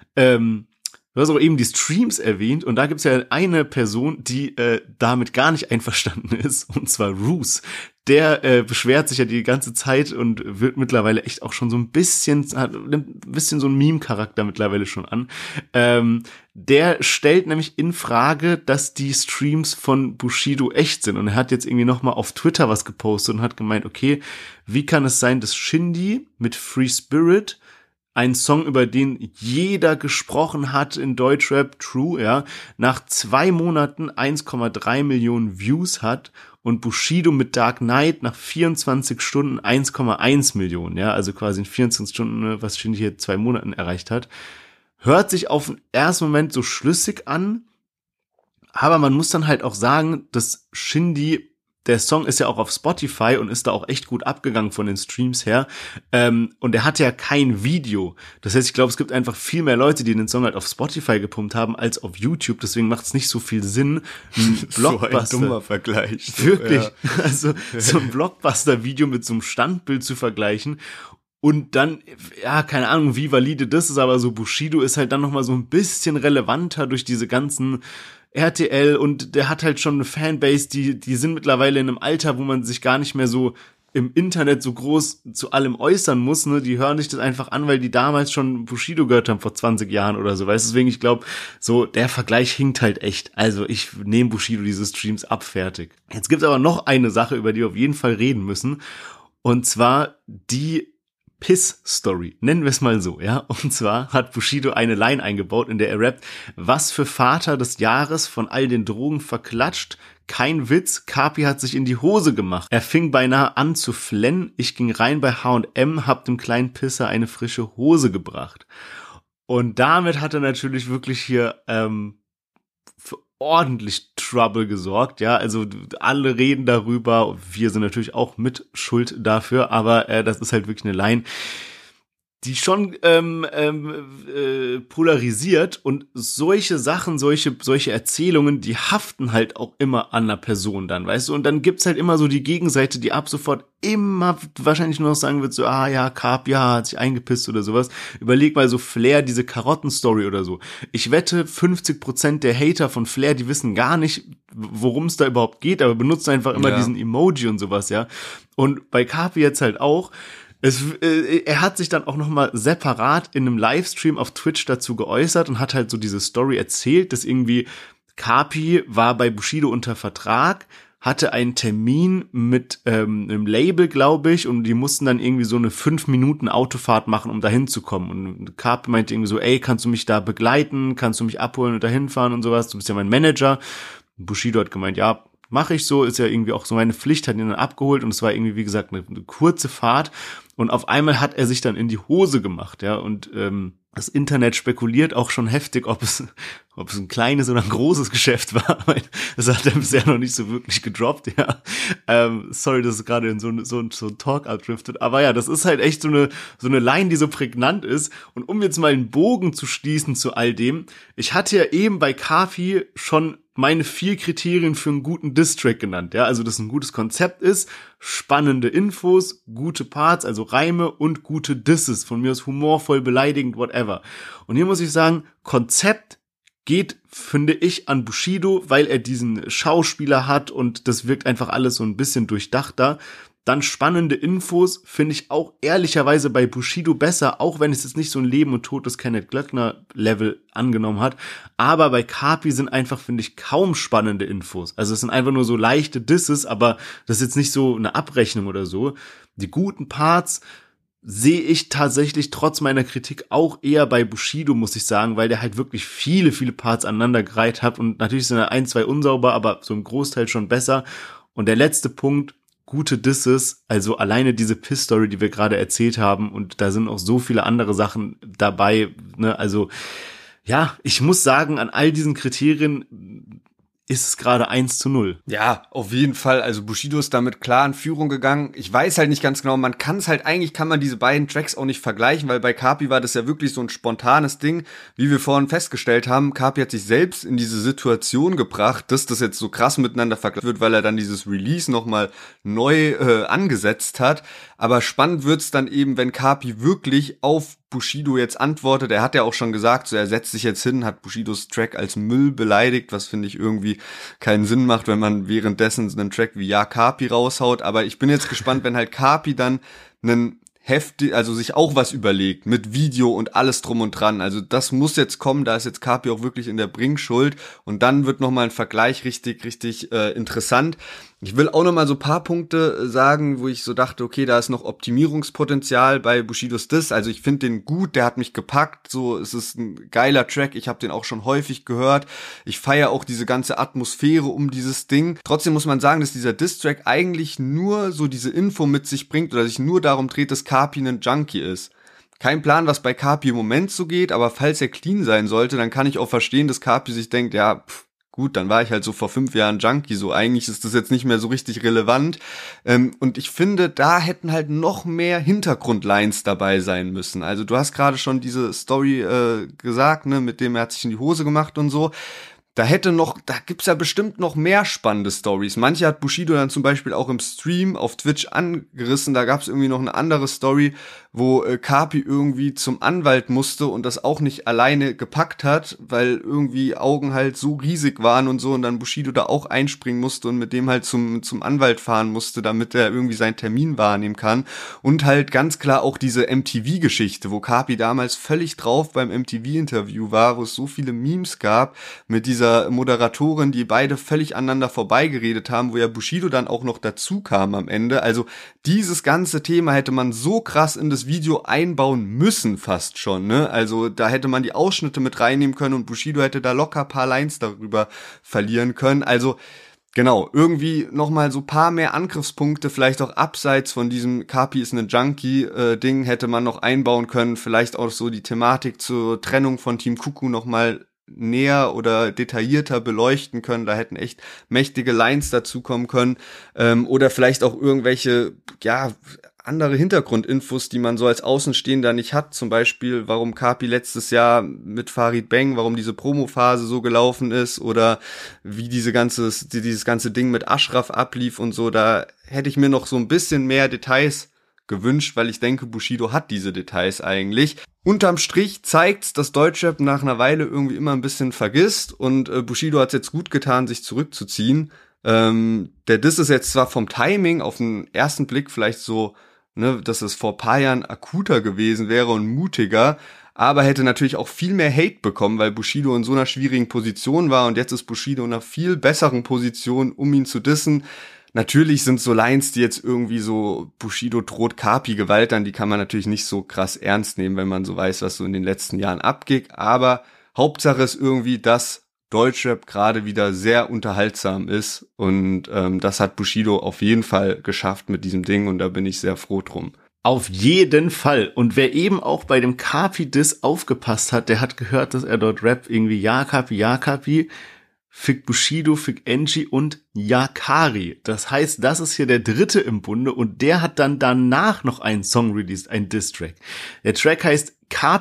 [SPEAKER 2] Du hast auch eben die Streams erwähnt und da gibt's ja eine Person, die damit gar nicht einverstanden ist, und zwar Roos. Der beschwert sich ja die ganze Zeit und wird mittlerweile echt auch schon so ein bisschen, nimmt ein bisschen so einen Meme-Charakter mittlerweile schon an. Der stellt nämlich in Frage, dass die Streams von Bushido echt sind und er hat jetzt irgendwie nochmal auf Twitter was gepostet und hat gemeint, okay, wie kann es sein, dass Shindy mit Free Spirit, ein Song, über den jeder gesprochen hat in Deutschrap, True, ja, nach 2 Monaten 1,3 Millionen Views hat und Bushido mit Dark Knight nach 24 Stunden 1,1 Millionen, ja, also quasi in 24 Stunden, was Shindy hier 2 Monaten erreicht hat. Hört sich auf den ersten Moment so schlüssig an, aber man muss dann halt auch sagen, dass Shindy, der Song ist ja auch auf Spotify und ist da auch echt gut abgegangen von den Streams her. Und er hat ja kein Video. Das heißt, ich glaube, es gibt einfach viel mehr Leute, die den Song halt auf Spotify gepumpt haben, als auf YouTube. Deswegen macht es nicht so viel Sinn, ein Blockbuster.
[SPEAKER 1] So ein dummer Vergleich.
[SPEAKER 2] Wirklich. Ja. Also so ein Blockbuster-Video mit so einem Standbild zu vergleichen. Und dann, ja, keine Ahnung, wie valide das ist, aber so Bushido ist halt dann nochmal so ein bisschen relevanter durch diese ganzen RTL und der hat halt schon eine Fanbase, die sind mittlerweile in einem Alter, wo man sich gar nicht mehr so im Internet so groß zu allem äußern muss, ne? Die hören sich das einfach an, weil die damals schon Bushido gehört haben vor 20 Jahren oder so, weißt du? Deswegen, ich glaube, so der Vergleich hinkt halt echt. Also ich nehme Bushido diese Streams ab, fertig. Jetzt gibt's aber noch eine Sache, über die wir auf jeden Fall reden müssen, und zwar die Piss-Story, nennen wir es mal so, ja. Und zwar hat Bushido eine Line eingebaut, in der er rappt: Was für Vater des Jahres, von all den Drogen verklatscht, kein Witz, Kapi hat sich in die Hose gemacht. Er fing beinahe an zu flennen, ich ging rein bei H&M, hab dem kleinen Pisser eine frische Hose gebracht. Und damit hat er natürlich wirklich hier für ordentlich Trouble gesorgt, ja, also alle reden darüber, wir sind natürlich auch mit Schuld dafür, aber das ist halt wirklich eine Line, die schon polarisiert, und solche Sachen, solche Erzählungen, die haften halt auch immer an einer Person dann, weißt du, und dann gibt's halt immer so die Gegenseite, die ab sofort immer wahrscheinlich nur noch sagen wird, so, ah ja, Carp, ja, hat sich eingepisst oder sowas. Überleg mal so Flair, diese Karotten-Story oder so. Ich wette, 50% der Hater von Flair, die wissen gar nicht, worum es da überhaupt geht, aber benutzen einfach immer diesen Emoji und sowas, ja. Und bei Carp jetzt halt auch. Er hat sich dann auch nochmal separat in einem Livestream auf Twitch dazu geäußert und hat halt so diese Story erzählt, dass irgendwie Kapi war bei Bushido unter Vertrag, hatte einen Termin mit einem Label, glaube ich, und die mussten dann irgendwie so eine 5 Minuten Autofahrt machen, um da hinzukommen. Und Kapi meinte irgendwie so, ey, kannst du mich da begleiten, kannst du mich abholen und da hinfahren und sowas, du bist ja mein Manager. Und Bushido hat gemeint, ja, mache ich so, ist ja irgendwie auch so meine Pflicht, hat ihn dann abgeholt, und es war irgendwie, wie gesagt, eine kurze Fahrt, und auf einmal hat er sich dann in die Hose gemacht, ja, und das Internet spekuliert auch schon heftig, ob es ein kleines oder ein großes Geschäft war. Das hat er bisher noch nicht so wirklich gedroppt, ja. Sorry, dass es gerade in so ein Talk abdriftet. Aber ja, das ist halt echt so eine Line, die so prägnant ist. Und um jetzt mal einen Bogen zu schließen zu all dem, ich hatte ja eben bei Kafi schon meine 4 Kriterien für einen guten Diss-Track genannt, ja. Also, dass ein gutes Konzept ist, spannende Infos, gute Parts, also Reime, und gute Disses, von mir aus humorvoll, beleidigend, whatever. Und hier muss ich sagen, Konzept geht, finde ich, an Bushido, weil er diesen Schauspieler hat und das wirkt einfach alles so ein bisschen durchdachter. Dann spannende Infos finde ich auch ehrlicherweise bei Bushido besser, auch wenn es jetzt nicht so ein Leben und Tod des Kenneth Glöckner Level angenommen hat. Aber bei Kapi sind einfach, finde ich, kaum spannende Infos. Also es sind einfach nur so leichte Disses, aber das ist jetzt nicht so eine Abrechnung oder so. Die guten Parts sehe ich tatsächlich trotz meiner Kritik auch eher bei Bushido, muss ich sagen, weil der halt wirklich viele, viele Parts aneinandergereiht hat, und natürlich sind da 1, 2 unsauber, aber so im Großteil schon besser. Und der letzte Punkt, gute Disses, also alleine diese Piss-Story, die wir gerade erzählt haben, und da sind auch so viele andere Sachen dabei, ne, also ja, ich muss sagen, an all diesen Kriterien ist es gerade 1:0.
[SPEAKER 1] Ja, auf jeden Fall. Also Bushido ist damit klar in Führung gegangen. Ich weiß halt nicht ganz genau, eigentlich kann man diese beiden Tracks auch nicht vergleichen, weil bei Kapi war das ja wirklich so ein spontanes Ding, wie wir vorhin festgestellt haben. Kapi hat sich selbst in diese Situation gebracht, dass das jetzt so krass miteinander verglichen wird, weil er dann dieses Release nochmal neu angesetzt hat. Aber spannend wird's dann eben, wenn Kapi wirklich auf Bushido jetzt antwortet. Er hat ja auch schon gesagt, so er setzt sich jetzt hin, hat Bushidos Track als Müll beleidigt, was finde ich irgendwie keinen Sinn macht, wenn man währenddessen einen Track wie Ja Kapi raushaut. Aber ich bin jetzt gespannt, wenn halt Kapi dann also sich auch was überlegt mit Video und alles drum und dran. Also das muss jetzt kommen, da ist jetzt Kapi auch wirklich in der Bringschuld und dann wird nochmal ein Vergleich richtig interessant. Ich will auch nochmal so ein paar Punkte sagen, wo ich so dachte, okay, da ist noch Optimierungspotenzial bei Bushidos Diss. Also ich finde den gut, der hat mich gepackt, so es ist ein geiler Track, ich habe den auch schon häufig gehört. Ich feiere auch diese ganze Atmosphäre um dieses Ding. Trotzdem muss man sagen, dass dieser Diss-Track eigentlich nur so diese Info mit sich bringt oder sich nur darum dreht, dass Kapi ein Junkie ist. Kein Plan, was bei Kapi im Moment so geht, aber falls er clean sein sollte, dann kann ich auch verstehen, dass Kapi sich denkt, ja, gut, dann war ich halt so vor 5 Jahren Junkie, so eigentlich ist das jetzt nicht mehr so richtig relevant. Und ich finde, da hätten halt noch mehr Hintergrundlines dabei sein müssen. Also du hast gerade schon diese Story gesagt, ne, mit dem er hat sich in die Hose gemacht und so. Da gibt's ja bestimmt noch mehr spannende Stories. Manche hat Bushido dann zum Beispiel auch im Stream auf Twitch angerissen. Da gab's irgendwie noch eine andere Story, wo Kapi irgendwie zum Anwalt musste und das auch nicht alleine gepackt hat, weil irgendwie Augen halt so riesig waren und so und dann Bushido da auch einspringen musste und mit dem halt zum Anwalt fahren musste, damit er irgendwie seinen Termin wahrnehmen kann. Und halt ganz klar auch diese MTV-Geschichte, wo Kapi damals völlig drauf beim MTV-Interview war, wo es so viele Memes gab mit dieser Moderatorin, die beide völlig aneinander vorbeigeredet haben, wo ja Bushido dann auch noch dazu kam am Ende. Also dieses ganze Thema hätte man so krass in das Video einbauen müssen fast schon, ne? Also da hätte man die Ausschnitte mit reinnehmen können und Bushido hätte da locker ein paar Lines darüber verlieren können. Also genau, irgendwie nochmal so paar mehr Angriffspunkte, vielleicht auch abseits von diesem Kapi ist ein Junkie-Ding hätte man noch einbauen können. Vielleicht auch so die Thematik zur Trennung von Team Kuku nochmal näher oder detaillierter beleuchten können. Da hätten echt mächtige Lines dazukommen können. Oder vielleicht auch irgendwelche, ja, andere Hintergrundinfos, die man so als Außenstehender nicht hat. Zum Beispiel, warum Kapi letztes Jahr mit Farid Bang, warum diese Promophase so gelaufen ist oder wie dieses ganze Ding mit Ashraf ablief und so. Da hätte ich mir noch so ein bisschen mehr Details gewünscht, weil ich denke, Bushido hat diese Details eigentlich. Unterm Strich zeigt's, dass Deutschrap nach einer Weile irgendwie immer ein bisschen vergisst und Bushido hat's jetzt gut getan, sich zurückzuziehen. Der Diss ist jetzt zwar vom Timing auf den ersten Blick vielleicht so, ne, dass es vor ein paar Jahren akuter gewesen wäre und mutiger, aber hätte natürlich auch viel mehr Hate bekommen, weil Bushido in so einer schwierigen Position war und jetzt ist Bushido in einer viel besseren Position, um ihn zu dissen. Natürlich sind so Lines, die jetzt irgendwie so Bushido droht Kapi Gewalt an, die kann man natürlich nicht so krass ernst nehmen, wenn man so weiß, was so in den letzten Jahren abgeht. Aber Hauptsache ist irgendwie, dass Deutschrap gerade wieder sehr unterhaltsam ist und das hat Bushido auf jeden Fall geschafft mit diesem Ding und da bin ich sehr froh drum.
[SPEAKER 2] Auf jeden Fall. Und wer eben auch bei dem Kapi-Diss aufgepasst hat, der hat gehört, dass er dort rappt irgendwie Ja Kapi, Fick Bushido, Fick Engie und Yakari. Das heißt, das ist hier der dritte im Bunde und der hat dann danach noch einen Song released, ein Diss-Track. Der Track heißt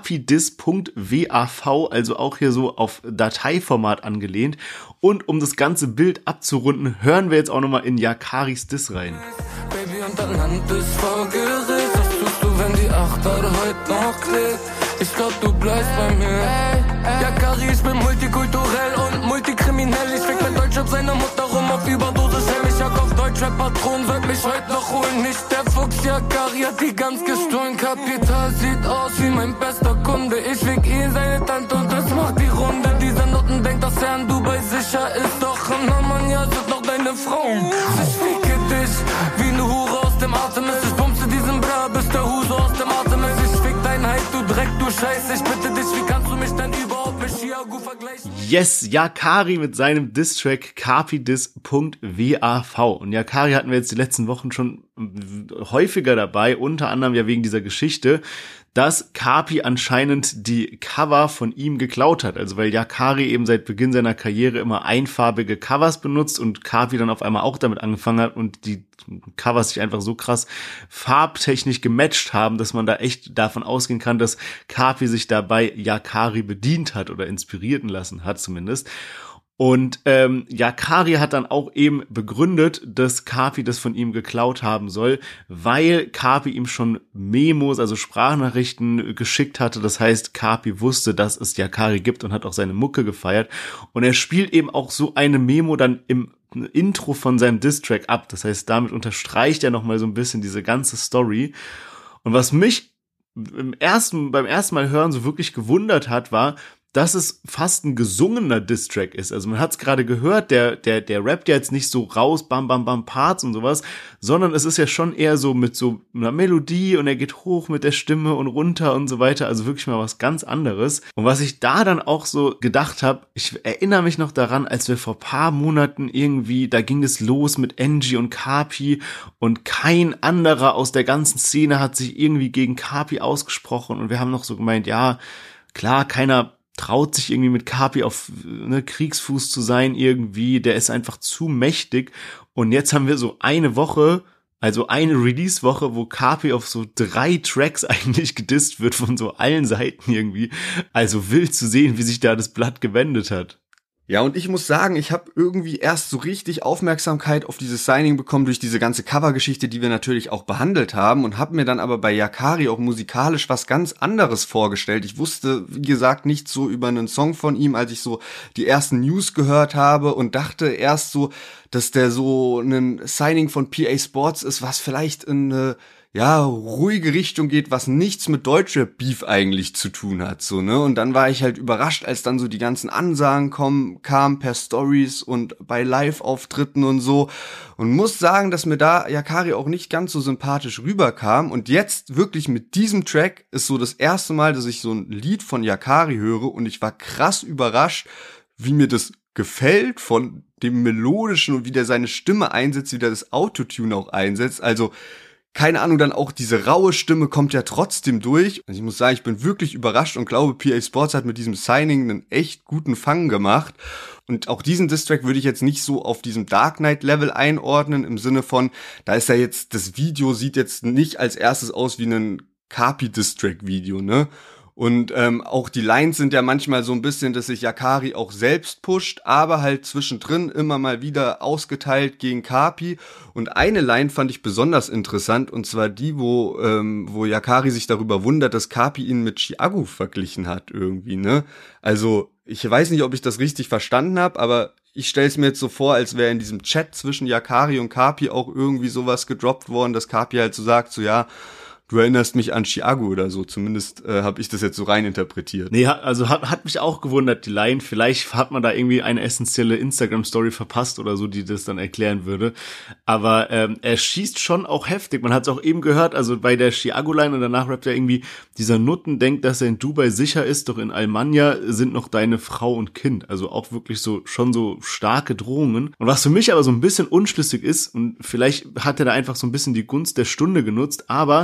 [SPEAKER 2] kapidis.wav, also auch hier so auf Dateiformat angelehnt. Und um das ganze Bild abzurunden, hören wir jetzt auch nochmal in Yakaris Diss rein.
[SPEAKER 6] Baby, und dein Hand ist vor Gericht. Was tust du, wenn die Achter heute noch klickt? Ich glaub, du bleibst bei mir. Yakari, ich bin multikulturell und multikriminell. Ich fick mit Deutschrap seine Mutter rum auf Überdosis Hell. Ich jag auf Deutschrap-Patron, sollt mich heute noch holen. Nicht der Fuchs, Yakari hat die ganz gestohlen. Kapital sieht aus wie mein bester Kunde. Ich fick ihn, seine Tante und das macht die Runde. Dieser Noten denkt, dass er in Dubai sicher ist. Doch in Romania sind noch deine Frauen. Ich ficke dich wie ne Hure aus dem Artemis. Ich bumse diesen Bra, bis der Huse aus dem Artemis. Ich fick dein Heid, du Dreck, du Scheiße. Ich bitte dich, wie kannst du mich denn überhaupt mit Chiago vergleichen?
[SPEAKER 2] Yes, Yakari mit seinem Diss-Track kapidis.wav. Und Yakari hatten wir jetzt die letzten Wochen schon häufiger dabei, unter anderem ja wegen dieser Geschichte, dass Kapi anscheinend die Cover von ihm geklaut hat. Also weil Yakari eben seit Beginn seiner Karriere immer einfarbige Covers benutzt und Kapi dann auf einmal auch damit angefangen hat und die Covers sich einfach so krass farbtechnisch gematcht haben, dass man da echt davon ausgehen kann, dass Kapi sich dabei Yakari bedient hat oder inspirieren lassen hat zumindest. Und Yakari hat dann auch eben begründet, dass Kapi das von ihm geklaut haben soll, weil Kapi ihm schon Memos, also Sprachnachrichten geschickt hatte. Das heißt, Kapi wusste, dass es Yakari gibt und hat auch seine Mucke gefeiert. Und er spielt eben auch so eine Memo dann im Intro von seinem Diss-Track ab. Das heißt, damit unterstreicht er nochmal so ein bisschen diese ganze Story. Und was mich beim ersten Mal hören so wirklich gewundert hat, war, dass es fast ein gesungener Diss-Track ist. Also man hat es gerade gehört, der rappt ja jetzt nicht so raus, bam, bam, bam, Parts und sowas, sondern es ist ja schon eher so mit so einer Melodie und er geht hoch mit der Stimme und runter und so weiter. Also wirklich mal was ganz anderes. Und was ich da dann auch so gedacht habe, ich erinnere mich noch daran, als wir vor paar Monaten irgendwie, da ging es los mit Engie und Kapi und kein anderer aus der ganzen Szene hat sich irgendwie gegen Kapi ausgesprochen und wir haben noch so gemeint, ja, klar, keiner traut sich irgendwie mit Kapi auf Kriegsfuß zu sein irgendwie, der ist einfach zu mächtig und jetzt haben wir so eine Woche, also eine Release-Woche, wo Kapi auf so 3 Tracks eigentlich gedisst wird von so allen Seiten irgendwie, also wild zu sehen, wie sich da das Blatt gewendet hat.
[SPEAKER 1] Ja, und ich muss sagen, ich habe irgendwie erst so richtig Aufmerksamkeit auf dieses Signing bekommen durch diese ganze Covergeschichte, die wir natürlich auch behandelt haben und habe mir dann aber bei Yakari auch musikalisch was ganz anderes vorgestellt. Ich wusste, wie gesagt, nicht so über einen Song von ihm, als ich so die ersten News gehört habe und dachte erst so, dass der so ein Signing von PA Sports ist, was vielleicht in eine ruhige Richtung geht, was nichts mit Deutschrap-Beef eigentlich zu tun hat, so, ne? Und dann war ich halt überrascht, als dann so die ganzen Ansagen kamen per Stories und bei Live-Auftritten und so. Und muss sagen, dass mir da Yakari auch nicht ganz so sympathisch rüberkam. Und jetzt wirklich mit diesem Track ist so das erste Mal, dass ich so ein Lied von Yakari höre und ich war krass überrascht, wie mir das gefällt von dem Melodischen und wie der seine Stimme einsetzt, wie der das Autotune auch einsetzt. Also keine Ahnung, dann auch diese raue Stimme kommt ja trotzdem durch. Also ich muss sagen, ich bin wirklich überrascht und glaube, PA Sports hat mit diesem Signing einen echt guten Fang gemacht. Und auch diesen Diss-Track würde ich jetzt nicht so auf diesem Dark Knight-Level einordnen, im Sinne von, da ist ja jetzt, das Video sieht jetzt nicht als erstes aus wie ein Kapi-Diss-Track-Video, ne? Und auch die Lines sind ja manchmal so ein bisschen, dass sich Yakari auch selbst pusht, aber halt zwischendrin immer mal wieder ausgeteilt gegen Kapi. Und eine Line fand ich besonders interessant, und zwar die, wo Yakari sich darüber wundert, dass Kapi ihn mit Chiago verglichen hat irgendwie, ne? Also ich weiß nicht, ob ich das richtig verstanden habe, aber ich stelle es mir jetzt so vor, als wäre in diesem Chat zwischen Yakari und Kapi auch irgendwie sowas gedroppt worden, dass Kapi halt so sagt, so ja, du erinnerst mich an Chiago oder so, zumindest habe ich das jetzt so rein interpretiert.
[SPEAKER 2] Nee, also hat mich auch gewundert, die Line. Vielleicht hat man da irgendwie eine essentielle Instagram-Story verpasst oder so, die das dann erklären würde. Aber er schießt schon auch heftig. Man hat es auch eben gehört, also bei der Chiago-Line und danach rappt er irgendwie, dieser Nutten denkt, dass er in Dubai sicher ist, doch in Almania sind noch deine Frau und Kind. Also auch wirklich so schon so starke Drohungen. Und was für mich aber so ein bisschen unschlüssig ist, und vielleicht hat er da einfach so ein bisschen die Gunst der Stunde genutzt, aber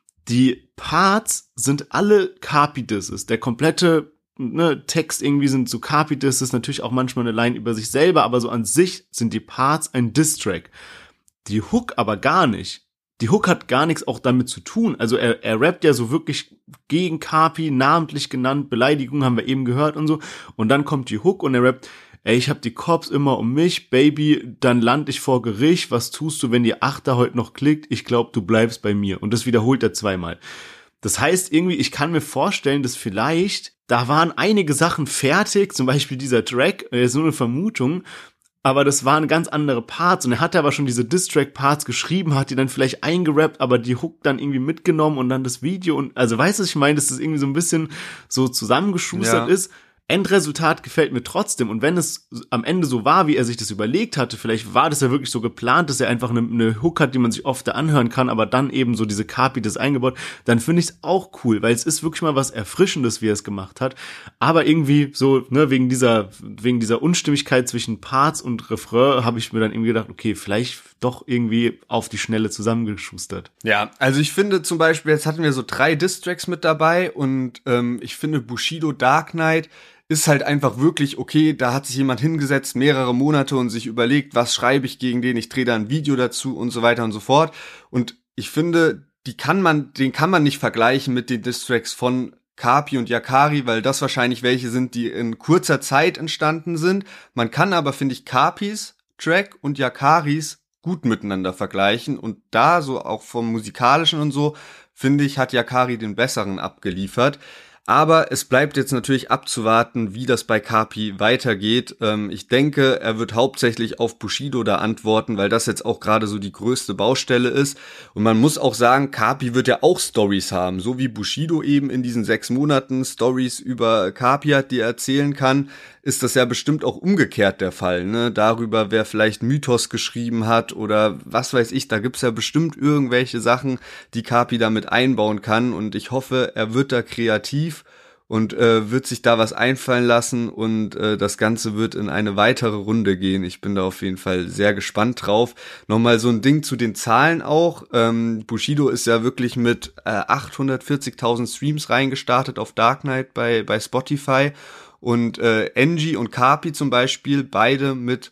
[SPEAKER 2] die Parts sind alle Kapi-Disses. Der komplette Text irgendwie sind so Kapi-Disses, natürlich auch manchmal eine Line über sich selber, aber so an sich sind die Parts ein Diss-Track. Die Hook aber gar nicht. Die Hook hat gar nichts auch damit zu tun. Also er rappt ja so wirklich gegen Kapi, namentlich genannt, Beleidigungen haben wir eben gehört und so. Und dann kommt die Hook und er rappt, ey, ich hab die Cops immer um mich, Baby, dann land ich vor Gericht, was tust du, wenn die Achter heute noch klickt? Ich glaub, du bleibst bei mir. Und das wiederholt er 2-mal. Das heißt irgendwie, ich kann mir vorstellen, dass vielleicht, da waren einige Sachen fertig, zum Beispiel dieser Track, ist nur eine Vermutung, aber das waren ganz andere Parts und er hatte aber schon diese Diss-Track-Parts geschrieben, hat die dann vielleicht eingerappt, aber die Hook dann irgendwie mitgenommen und dann das Video und, also weißt du, was ich meine, dass das irgendwie so ein bisschen so zusammengeschustert ist. Endresultat gefällt mir trotzdem und wenn es am Ende so war, wie er sich das überlegt hatte, vielleicht war das ja wirklich so geplant, dass er einfach eine Hook hat, die man sich oft anhören kann, aber dann eben so diese Kapi das eingebaut, dann finde ich es auch cool, weil es ist wirklich mal was Erfrischendes, wie er es gemacht hat, aber irgendwie so, ne, wegen dieser Unstimmigkeit zwischen Parts und Refrain habe ich mir dann irgendwie gedacht, okay, vielleicht doch irgendwie auf die Schnelle zusammengeschustert.
[SPEAKER 1] Ja, also ich finde zum Beispiel, jetzt hatten wir so 3 Diss-Tracks mit dabei und ich finde Bushido Dark Knight ist halt einfach wirklich, okay, da hat sich jemand hingesetzt, mehrere Monate und sich überlegt, was schreibe ich gegen den, ich drehe da ein Video dazu und so weiter und so fort. Und ich finde, den kann man nicht vergleichen mit den Diss-Tracks von Kapi und Yakari, weil das wahrscheinlich welche sind, die in kurzer Zeit entstanden sind. Man kann aber, finde ich, Kapis Track und Yakaris gut miteinander vergleichen und da so auch vom Musikalischen und so, finde ich, hat Yakari den besseren abgeliefert. Aber es bleibt jetzt natürlich abzuwarten, wie das bei Kapi weitergeht. Ich denke, er wird hauptsächlich auf Bushido da antworten, weil das jetzt auch gerade so die größte Baustelle ist. Und man muss auch sagen, Kapi wird ja auch Stories haben. So wie Bushido eben in diesen 6 Monaten Stories über Kapi hat, die er erzählen kann, ist das ja bestimmt auch umgekehrt der Fall, ne? Darüber, wer vielleicht Mythos geschrieben hat oder was weiß ich, da gibt's ja bestimmt irgendwelche Sachen, die Kapi damit einbauen kann und ich hoffe, er wird da kreativ und wird sich da was einfallen lassen und das Ganze wird in eine weitere Runde gehen. Ich bin da auf jeden Fall sehr gespannt drauf. Nochmal so ein Ding zu den Zahlen auch. Bushido ist ja wirklich mit 840.000 Streams reingestartet auf Dark Knight bei Spotify. Und Engie und Kapi zum Beispiel beide mit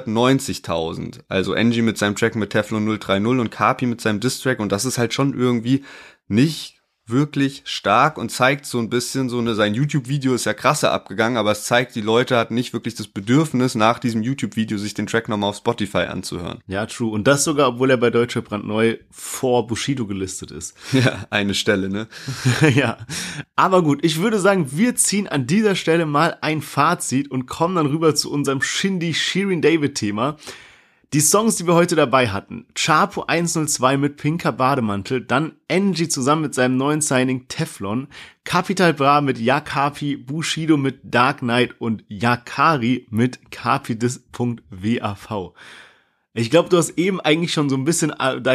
[SPEAKER 1] 190.000. Also Engie mit seinem Track mit Teflon 030 und Kapi mit seinem Diss-Track. Und das ist halt schon irgendwie nicht wirklich stark und zeigt so ein bisschen so sein YouTube-Video ist ja krasser abgegangen, aber es zeigt, die Leute hatten nicht wirklich das Bedürfnis, nach diesem YouTube-Video sich den Track nochmal auf Spotify anzuhören.
[SPEAKER 2] Ja, true. Und das sogar, obwohl er bei Deutscher brandneu vor Bushido gelistet ist.
[SPEAKER 1] Ja, eine Stelle, ne?
[SPEAKER 2] Ja. Aber gut, ich würde sagen, wir ziehen an dieser Stelle mal ein Fazit und kommen dann rüber zu unserem Shirin David Thema. Die Songs, die wir heute dabei hatten, Chapo 102 mit Pinker Bademantel, dann Engie zusammen mit seinem neuen Signing Teflon, Capital Bra mit Yakapi, Bushido mit Dark Knight und Yakari mit Kapidis.wav. Ich glaube, du hast eben eigentlich schon so ein bisschen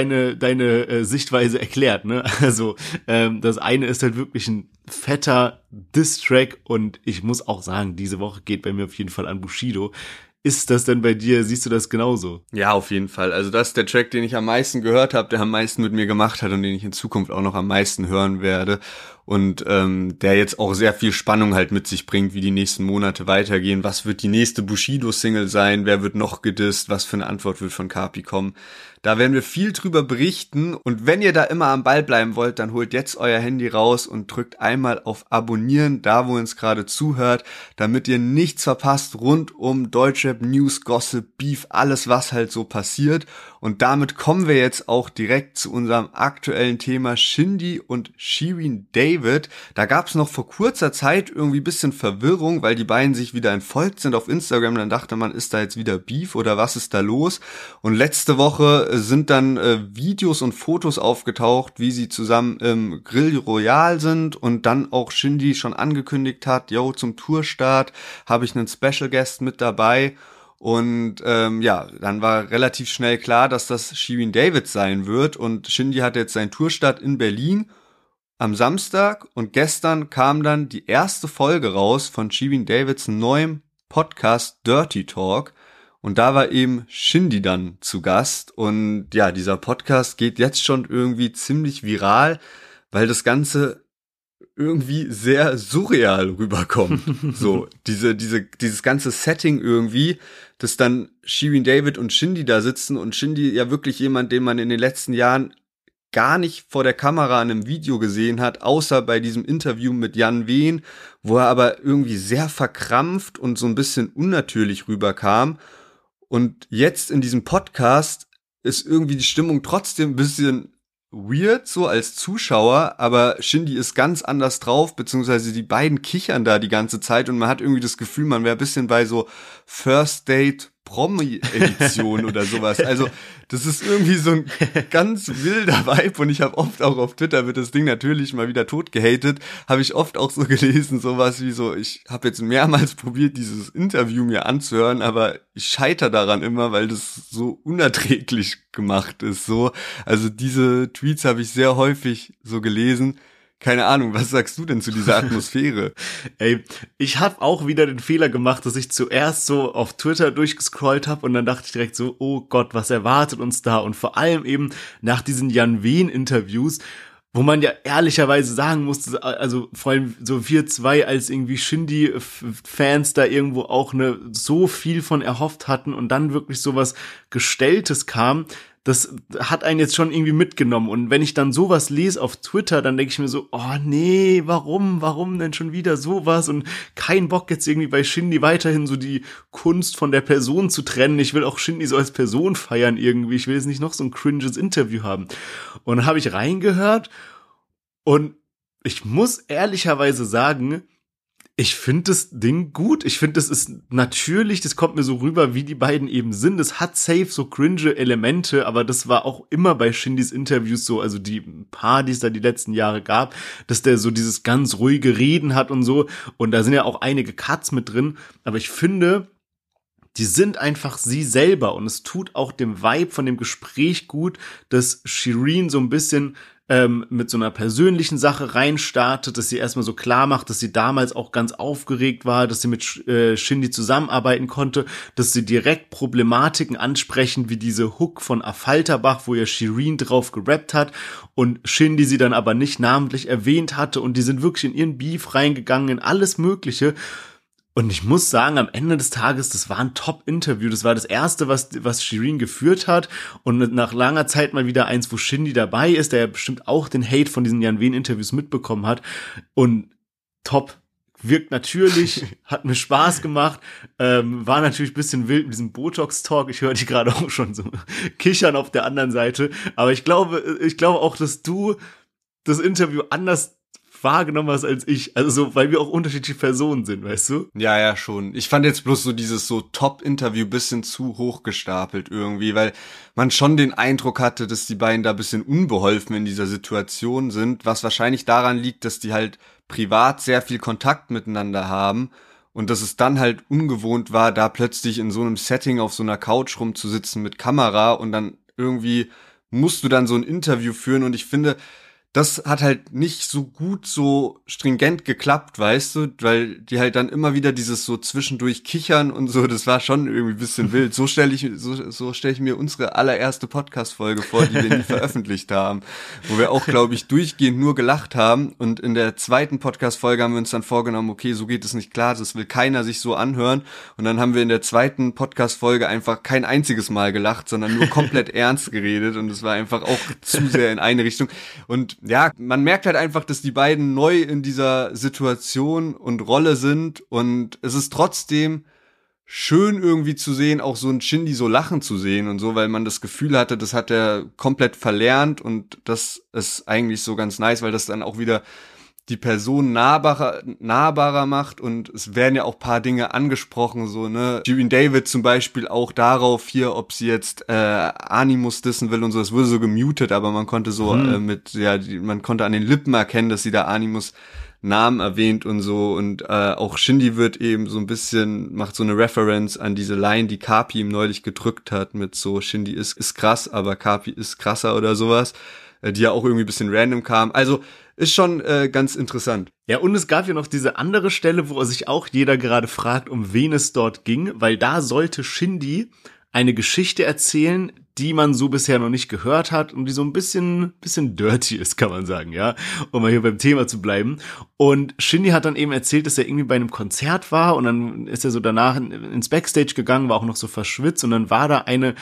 [SPEAKER 2] deine Sichtweise erklärt, ne? Also das eine ist halt wirklich ein fetter Diss-Track und ich muss auch sagen, diese Woche geht bei mir auf jeden Fall an Bushido. Ist das denn bei dir, siehst du das genauso?
[SPEAKER 1] Ja, auf jeden Fall. Also das ist der Track, den ich am meisten gehört habe, der am meisten mit mir gemacht hat und den ich in Zukunft auch noch am meisten hören werde. Und der jetzt auch sehr viel Spannung halt mit sich bringt, wie die nächsten Monate weitergehen. Was wird die nächste Bushido-Single sein? Wer wird noch gedisst? Was für eine Antwort wird von Kapi kommen? Da werden wir viel drüber berichten. Und wenn ihr da immer am Ball bleiben wollt, dann holt jetzt euer Handy raus und drückt einmal auf Abonnieren, da wo ihr uns gerade zuhört, damit ihr nichts verpasst rund um Deutschrap, News, Gossip, Beef, alles was halt so passiert. Und damit kommen wir jetzt auch direkt zu unserem aktuellen Thema Shindy und Shirin David. Da gab es noch vor kurzer Zeit irgendwie ein bisschen Verwirrung, weil die beiden sich wieder entfolgt sind auf Instagram. Dann dachte man, ist da jetzt wieder Beef oder was ist da los? Und letzte Woche sind dann Videos und Fotos aufgetaucht, wie sie zusammen im Grill Royal sind und dann auch Shindy schon angekündigt hat, yo, zum Tourstart habe ich einen Special Guest mit dabei. Und dann war relativ schnell klar, dass das Shirin David sein wird. Und Shindy hatte jetzt seinen Tourstart in Berlin am Samstag. Und gestern kam dann die erste Folge raus von Shirin Davids neuem Podcast Dirty Talk. Und da war eben Shindy dann zu Gast. Und ja, dieser Podcast geht jetzt schon irgendwie ziemlich viral, weil das Ganze irgendwie sehr surreal rüberkommt. So, dieses ganze Setting irgendwie, dass dann Shirin David und Shindy da sitzen und Shindy ja wirklich jemand, den man in den letzten Jahren gar nicht vor der Kamera in einem Video gesehen hat, außer bei diesem Interview mit Jan Wehn, wo er aber irgendwie sehr verkrampft und so ein bisschen unnatürlich rüberkam. Und jetzt in diesem Podcast ist irgendwie die Stimmung trotzdem ein bisschen weird, so als Zuschauer, aber Shindy ist ganz anders drauf, beziehungsweise die beiden kichern da die ganze Zeit und man hat irgendwie das Gefühl, man wäre ein bisschen bei so First Date Promi-Edition oder sowas. Also das ist irgendwie so ein ganz wilder Vibe und ich habe oft auch auf Twitter, wird das Ding natürlich mal wieder tot gehatet, habe ich oft auch so gelesen, sowas wie so, ich habe jetzt mehrmals probiert, dieses Interview mir anzuhören, aber ich scheitere daran immer, weil das so unerträglich gemacht ist. So, also diese Tweets habe ich sehr häufig so gelesen. Keine Ahnung, was sagst du denn zu dieser Atmosphäre?
[SPEAKER 2] Ey, ich habe auch wieder den Fehler gemacht, dass ich zuerst so auf Twitter durchgescrollt habe und dann dachte ich direkt so, oh Gott, was erwartet uns da? Und vor allem eben nach diesen Jan Wehn-Interviews, wo man ja ehrlicherweise sagen musste, also vor allem so wir zwei als irgendwie Shindy-Fans da irgendwo auch so viel von erhofft hatten und dann wirklich sowas Gestelltes kam, das hat einen jetzt schon irgendwie mitgenommen. Und wenn ich dann sowas lese auf Twitter, dann denke ich mir so, oh nee, warum denn schon wieder sowas? Und kein Bock jetzt irgendwie bei Shindy weiterhin so die Kunst von der Person zu trennen. Ich will auch Shindy so als Person feiern irgendwie. Ich will jetzt nicht noch so ein cringes Interview haben. Und dann habe ich reingehört und ich muss ehrlicherweise sagen, ich finde das Ding gut. Ich finde, das ist natürlich, das kommt mir so rüber, wie die beiden eben sind. Das hat safe so cringe Elemente, aber das war auch immer bei Shindys Interviews so, also die paar, die es da die letzten Jahre gab, dass der so dieses ganz ruhige Reden hat und so. Und da sind ja auch einige Cuts mit drin. Aber ich finde, die sind einfach sie selber. Und es tut auch dem Vibe von dem Gespräch gut, dass Shireen so ein bisschen mit so einer persönlichen Sache reinstartet, dass sie erstmal so klar macht, dass sie damals auch ganz aufgeregt war, dass sie mit Shindy zusammenarbeiten konnte, dass sie direkt Problematiken ansprechen, wie diese Hook von Affalterbach, wo ja Shireen drauf gerappt hat und Shindy sie dann aber nicht namentlich erwähnt hatte und die sind wirklich in ihren Beef reingegangen, in alles Mögliche. Und ich muss sagen, am Ende des Tages, das war ein Top-Interview. Das war das erste, was Shireen geführt hat. Und nach langer Zeit mal wieder eins, wo Shindy dabei ist, der ja bestimmt auch den Hate von diesen Jan Wehn-Interviews mitbekommen hat. Und top. Wirkt natürlich, hat mir Spaß gemacht, war natürlich ein bisschen wild mit diesem Botox-Talk. Ich höre die gerade auch schon so kichern auf der anderen Seite. Aber ich glaube auch, dass du das Interview anders wahrgenommen hast als ich, also so, weil wir auch unterschiedliche Personen sind, weißt du?
[SPEAKER 1] Ja, schon. Ich fand jetzt bloß so dieses so Top-Interview bisschen zu hoch gestapelt irgendwie, weil man schon den Eindruck hatte, dass die beiden da ein bisschen unbeholfen in dieser Situation sind, was wahrscheinlich daran liegt, dass die halt privat sehr viel Kontakt miteinander haben und dass es dann halt ungewohnt war, da plötzlich in so einem Setting auf so einer Couch rumzusitzen mit Kamera und dann irgendwie musst du dann so ein Interview führen und ich finde, das hat halt nicht so gut, so stringent geklappt, weißt du, weil die halt dann immer wieder dieses so zwischendurch kichern und so, das war schon irgendwie ein bisschen wild. So stelle ich mir unsere allererste Podcast-Folge vor, die wir nie veröffentlicht haben, wo wir auch, glaube ich, durchgehend nur gelacht haben und in der zweiten Podcast-Folge haben wir uns dann vorgenommen, okay, so geht es nicht klar, das will keiner sich so anhören und dann haben wir in der zweiten Podcast-Folge einfach kein einziges Mal gelacht, sondern nur komplett ernst geredet und es war einfach auch zu sehr in eine Richtung und ja, man merkt halt einfach, dass die beiden neu in dieser Situation und Rolle sind und es ist trotzdem schön irgendwie zu sehen, auch so ein Shindy so lachen zu sehen und so, weil man das Gefühl hatte, das hat er komplett verlernt und das ist eigentlich so ganz nice, weil das dann auch wieder die Person nahbarer macht und es werden ja auch paar Dinge angesprochen, so, ne, Shirin David zum Beispiel auch darauf hier, ob sie jetzt Animus dissen will und so, es wurde so gemutet, aber man konnte so man konnte an den Lippen erkennen, dass sie da Animus Namen erwähnt und so und auch Shindy wird eben so ein bisschen, macht so eine Reference an diese Line, die Kapi ihm neulich gedrückt hat mit so, Shindy ist krass, aber Kapi ist krasser oder sowas, die ja auch irgendwie ein bisschen random kam, also ist schon ganz interessant.
[SPEAKER 2] Ja, und es gab ja noch diese andere Stelle, wo sich auch jeder gerade fragt, um wen es dort ging, weil da sollte Shindy eine Geschichte erzählen, die man so bisher noch nicht gehört hat und die so ein bisschen dirty ist, kann man sagen, ja, um mal hier beim Thema zu bleiben. Und Shindy hat dann eben erzählt, dass er irgendwie bei einem Konzert war und dann ist er so danach ins Backstage gegangen, war auch noch so verschwitzt und dann war da eine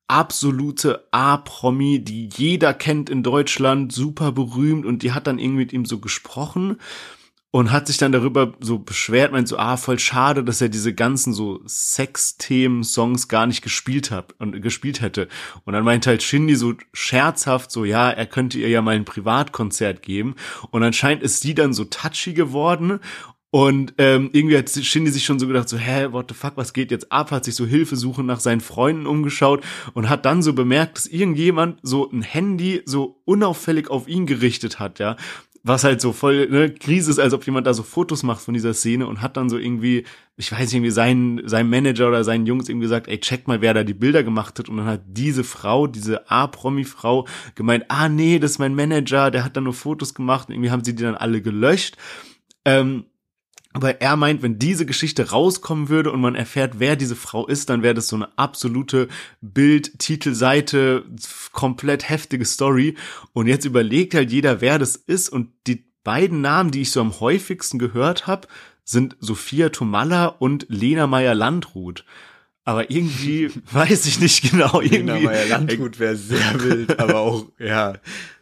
[SPEAKER 2] absolute A-Promi, die jeder kennt in Deutschland, super berühmt und die hat dann irgendwie mit ihm so gesprochen und hat sich dann darüber so beschwert, meint so, voll schade, dass er diese ganzen so Sex-Themen-Songs gar nicht gespielt hätte. Und dann meint halt Shindy so scherzhaft so, ja, er könnte ihr ja mal ein Privatkonzert geben und anscheinend ist sie dann so touchy geworden. Und irgendwie hat Shindy sich schon so gedacht, so, what the fuck, was geht jetzt ab? Hat sich so Hilfe suchen nach seinen Freunden umgeschaut und hat dann so bemerkt, dass irgendjemand so ein Handy so unauffällig auf ihn gerichtet hat, ja. was halt so voll Krise ist, als ob jemand da so Fotos macht von dieser Szene und hat dann so irgendwie, ich weiß nicht, irgendwie seinem Manager oder seinen Jungs irgendwie gesagt, ey, check mal, wer da die Bilder gemacht hat. Und dann hat diese Frau, diese A-Promi-Frau gemeint, nee, das ist mein Manager, der hat da nur Fotos gemacht. Und irgendwie haben sie die dann alle gelöscht. Aber er meint, wenn diese Geschichte rauskommen würde und man erfährt, wer diese Frau ist, dann wäre das so eine absolute Bild-Titelseite, komplett heftige Story. Und jetzt überlegt halt jeder, wer das ist. Und die beiden Namen, die ich so am häufigsten gehört habe, sind Sophia Tomalla und Lena Meyer-Landrut. Aber irgendwie weiß ich nicht genau.
[SPEAKER 1] Lena Meyer-Landrut wäre sehr wild, aber auch, ja...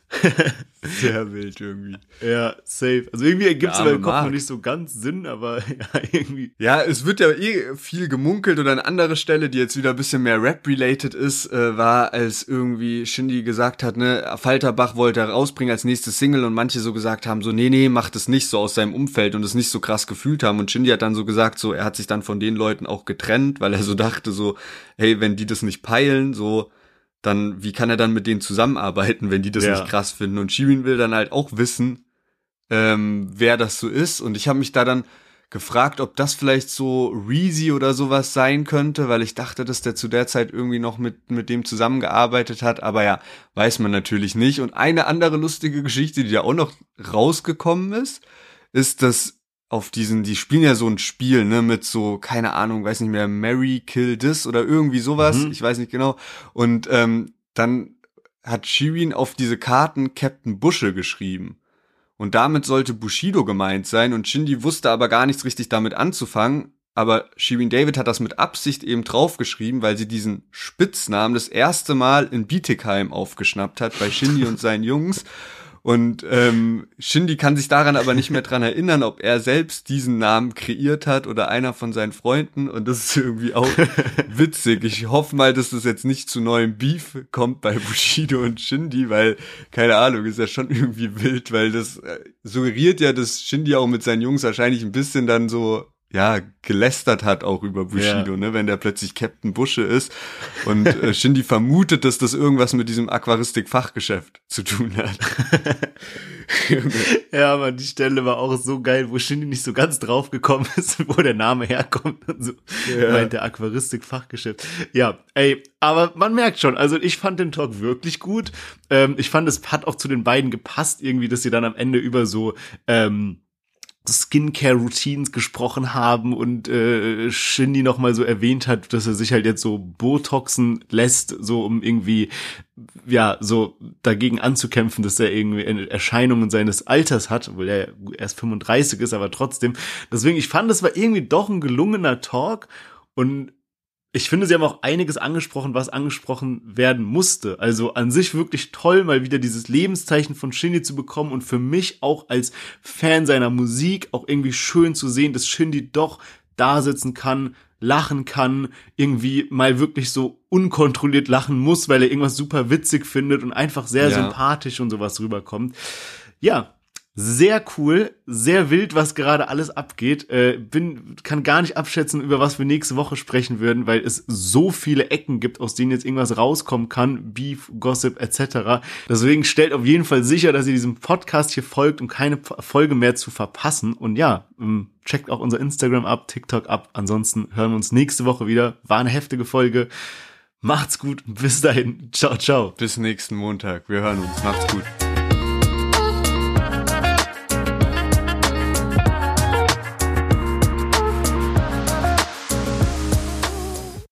[SPEAKER 1] Sehr wild irgendwie.
[SPEAKER 2] Ja, safe. Also irgendwie ergibt es in meinem Kopf noch nicht so ganz Sinn, aber ja, irgendwie.
[SPEAKER 1] Ja, es wird ja viel gemunkelt oder eine andere Stelle, die jetzt wieder ein bisschen mehr Rap-related ist, war, als irgendwie Shindy gesagt hat, Falterbach wollte er rausbringen als nächstes Single und manche so gesagt haben, so nee, macht es nicht, so aus seinem Umfeld und es nicht so krass gefühlt haben und Shindy hat dann so gesagt, so er hat sich dann von den Leuten auch getrennt, weil er so dachte so, hey, wenn die das nicht peilen, so dann, wie kann er dann mit denen zusammenarbeiten, wenn die das nicht krass finden? Und Shirin will dann halt auch wissen, wer das so ist. Und ich habe mich da dann gefragt, ob das vielleicht so Reezy oder sowas sein könnte, weil ich dachte, dass der zu der Zeit irgendwie noch mit dem zusammengearbeitet hat. Aber ja, weiß man natürlich nicht. Und eine andere lustige Geschichte, die da auch noch rausgekommen ist, dass die spielen ja so ein Spiel, mit so, keine Ahnung, weiß nicht mehr, Marry, Kill This oder irgendwie sowas, ich weiß nicht genau. Und dann hat Shirin auf diese Karten Captain Busche geschrieben. Und damit sollte Bushido gemeint sein und Shindy wusste aber gar nichts richtig damit anzufangen. Aber Shirin David hat das mit Absicht eben draufgeschrieben, weil sie diesen Spitznamen das erste Mal in Bietigheim aufgeschnappt hat bei Shindy und seinen Jungs. Und Shindy kann sich daran aber nicht mehr dran erinnern, ob er selbst diesen Namen kreiert hat oder einer von seinen Freunden. Und das ist irgendwie auch witzig. Ich hoffe mal, dass das jetzt nicht zu neuem Beef kommt bei Bushido und Shindy, weil, keine Ahnung, ist ja schon irgendwie wild, weil das suggeriert ja, dass Shindy auch mit seinen Jungs wahrscheinlich ein bisschen dann so gelästert hat auch über Bushido, wenn der plötzlich Captain Busche ist und Shindy vermutet, dass das irgendwas mit diesem Aquaristik-Fachgeschäft zu tun hat.
[SPEAKER 2] Ja, aber die Stelle war auch so geil, wo Shindy nicht so ganz drauf gekommen ist, wo der Name herkommt und so. Meint der Aquaristik-Fachgeschäft. Ja, aber man merkt schon, also ich fand den Talk wirklich gut. Ich fand, es hat auch zu den beiden gepasst irgendwie, dass sie dann am Ende über so Skincare-Routines gesprochen haben und Shindy noch mal so erwähnt hat, dass er sich halt jetzt so botoxen lässt, so um irgendwie so dagegen anzukämpfen, dass er irgendwie Erscheinungen seines Alters hat, obwohl er erst 35 ist, aber trotzdem. Deswegen, ich fand, das war irgendwie doch ein gelungener Talk und ich finde, sie haben auch einiges angesprochen, was angesprochen werden musste. Also an sich wirklich toll, mal wieder dieses Lebenszeichen von Shindy zu bekommen und für mich auch als Fan seiner Musik auch irgendwie schön zu sehen, dass Shindy doch da sitzen kann, lachen kann, irgendwie mal wirklich so unkontrolliert lachen muss, weil er irgendwas super witzig findet und einfach sehr sympathisch und sowas rüberkommt. Ja, sehr cool, sehr wild, was gerade alles abgeht. Kann gar nicht abschätzen, über was wir nächste Woche sprechen würden, weil es so viele Ecken gibt, aus denen jetzt irgendwas rauskommen kann, Beef, Gossip etc. Deswegen stellt auf jeden Fall sicher, dass ihr diesem Podcast hier folgt, um keine Folge mehr zu verpassen. Und checkt auch unser Instagram ab, TikTok ab. Ansonsten hören wir uns nächste Woche wieder. War eine heftige Folge. Macht's gut. Bis dahin. Ciao, ciao.
[SPEAKER 1] Bis nächsten Montag. Wir hören uns. Macht's gut.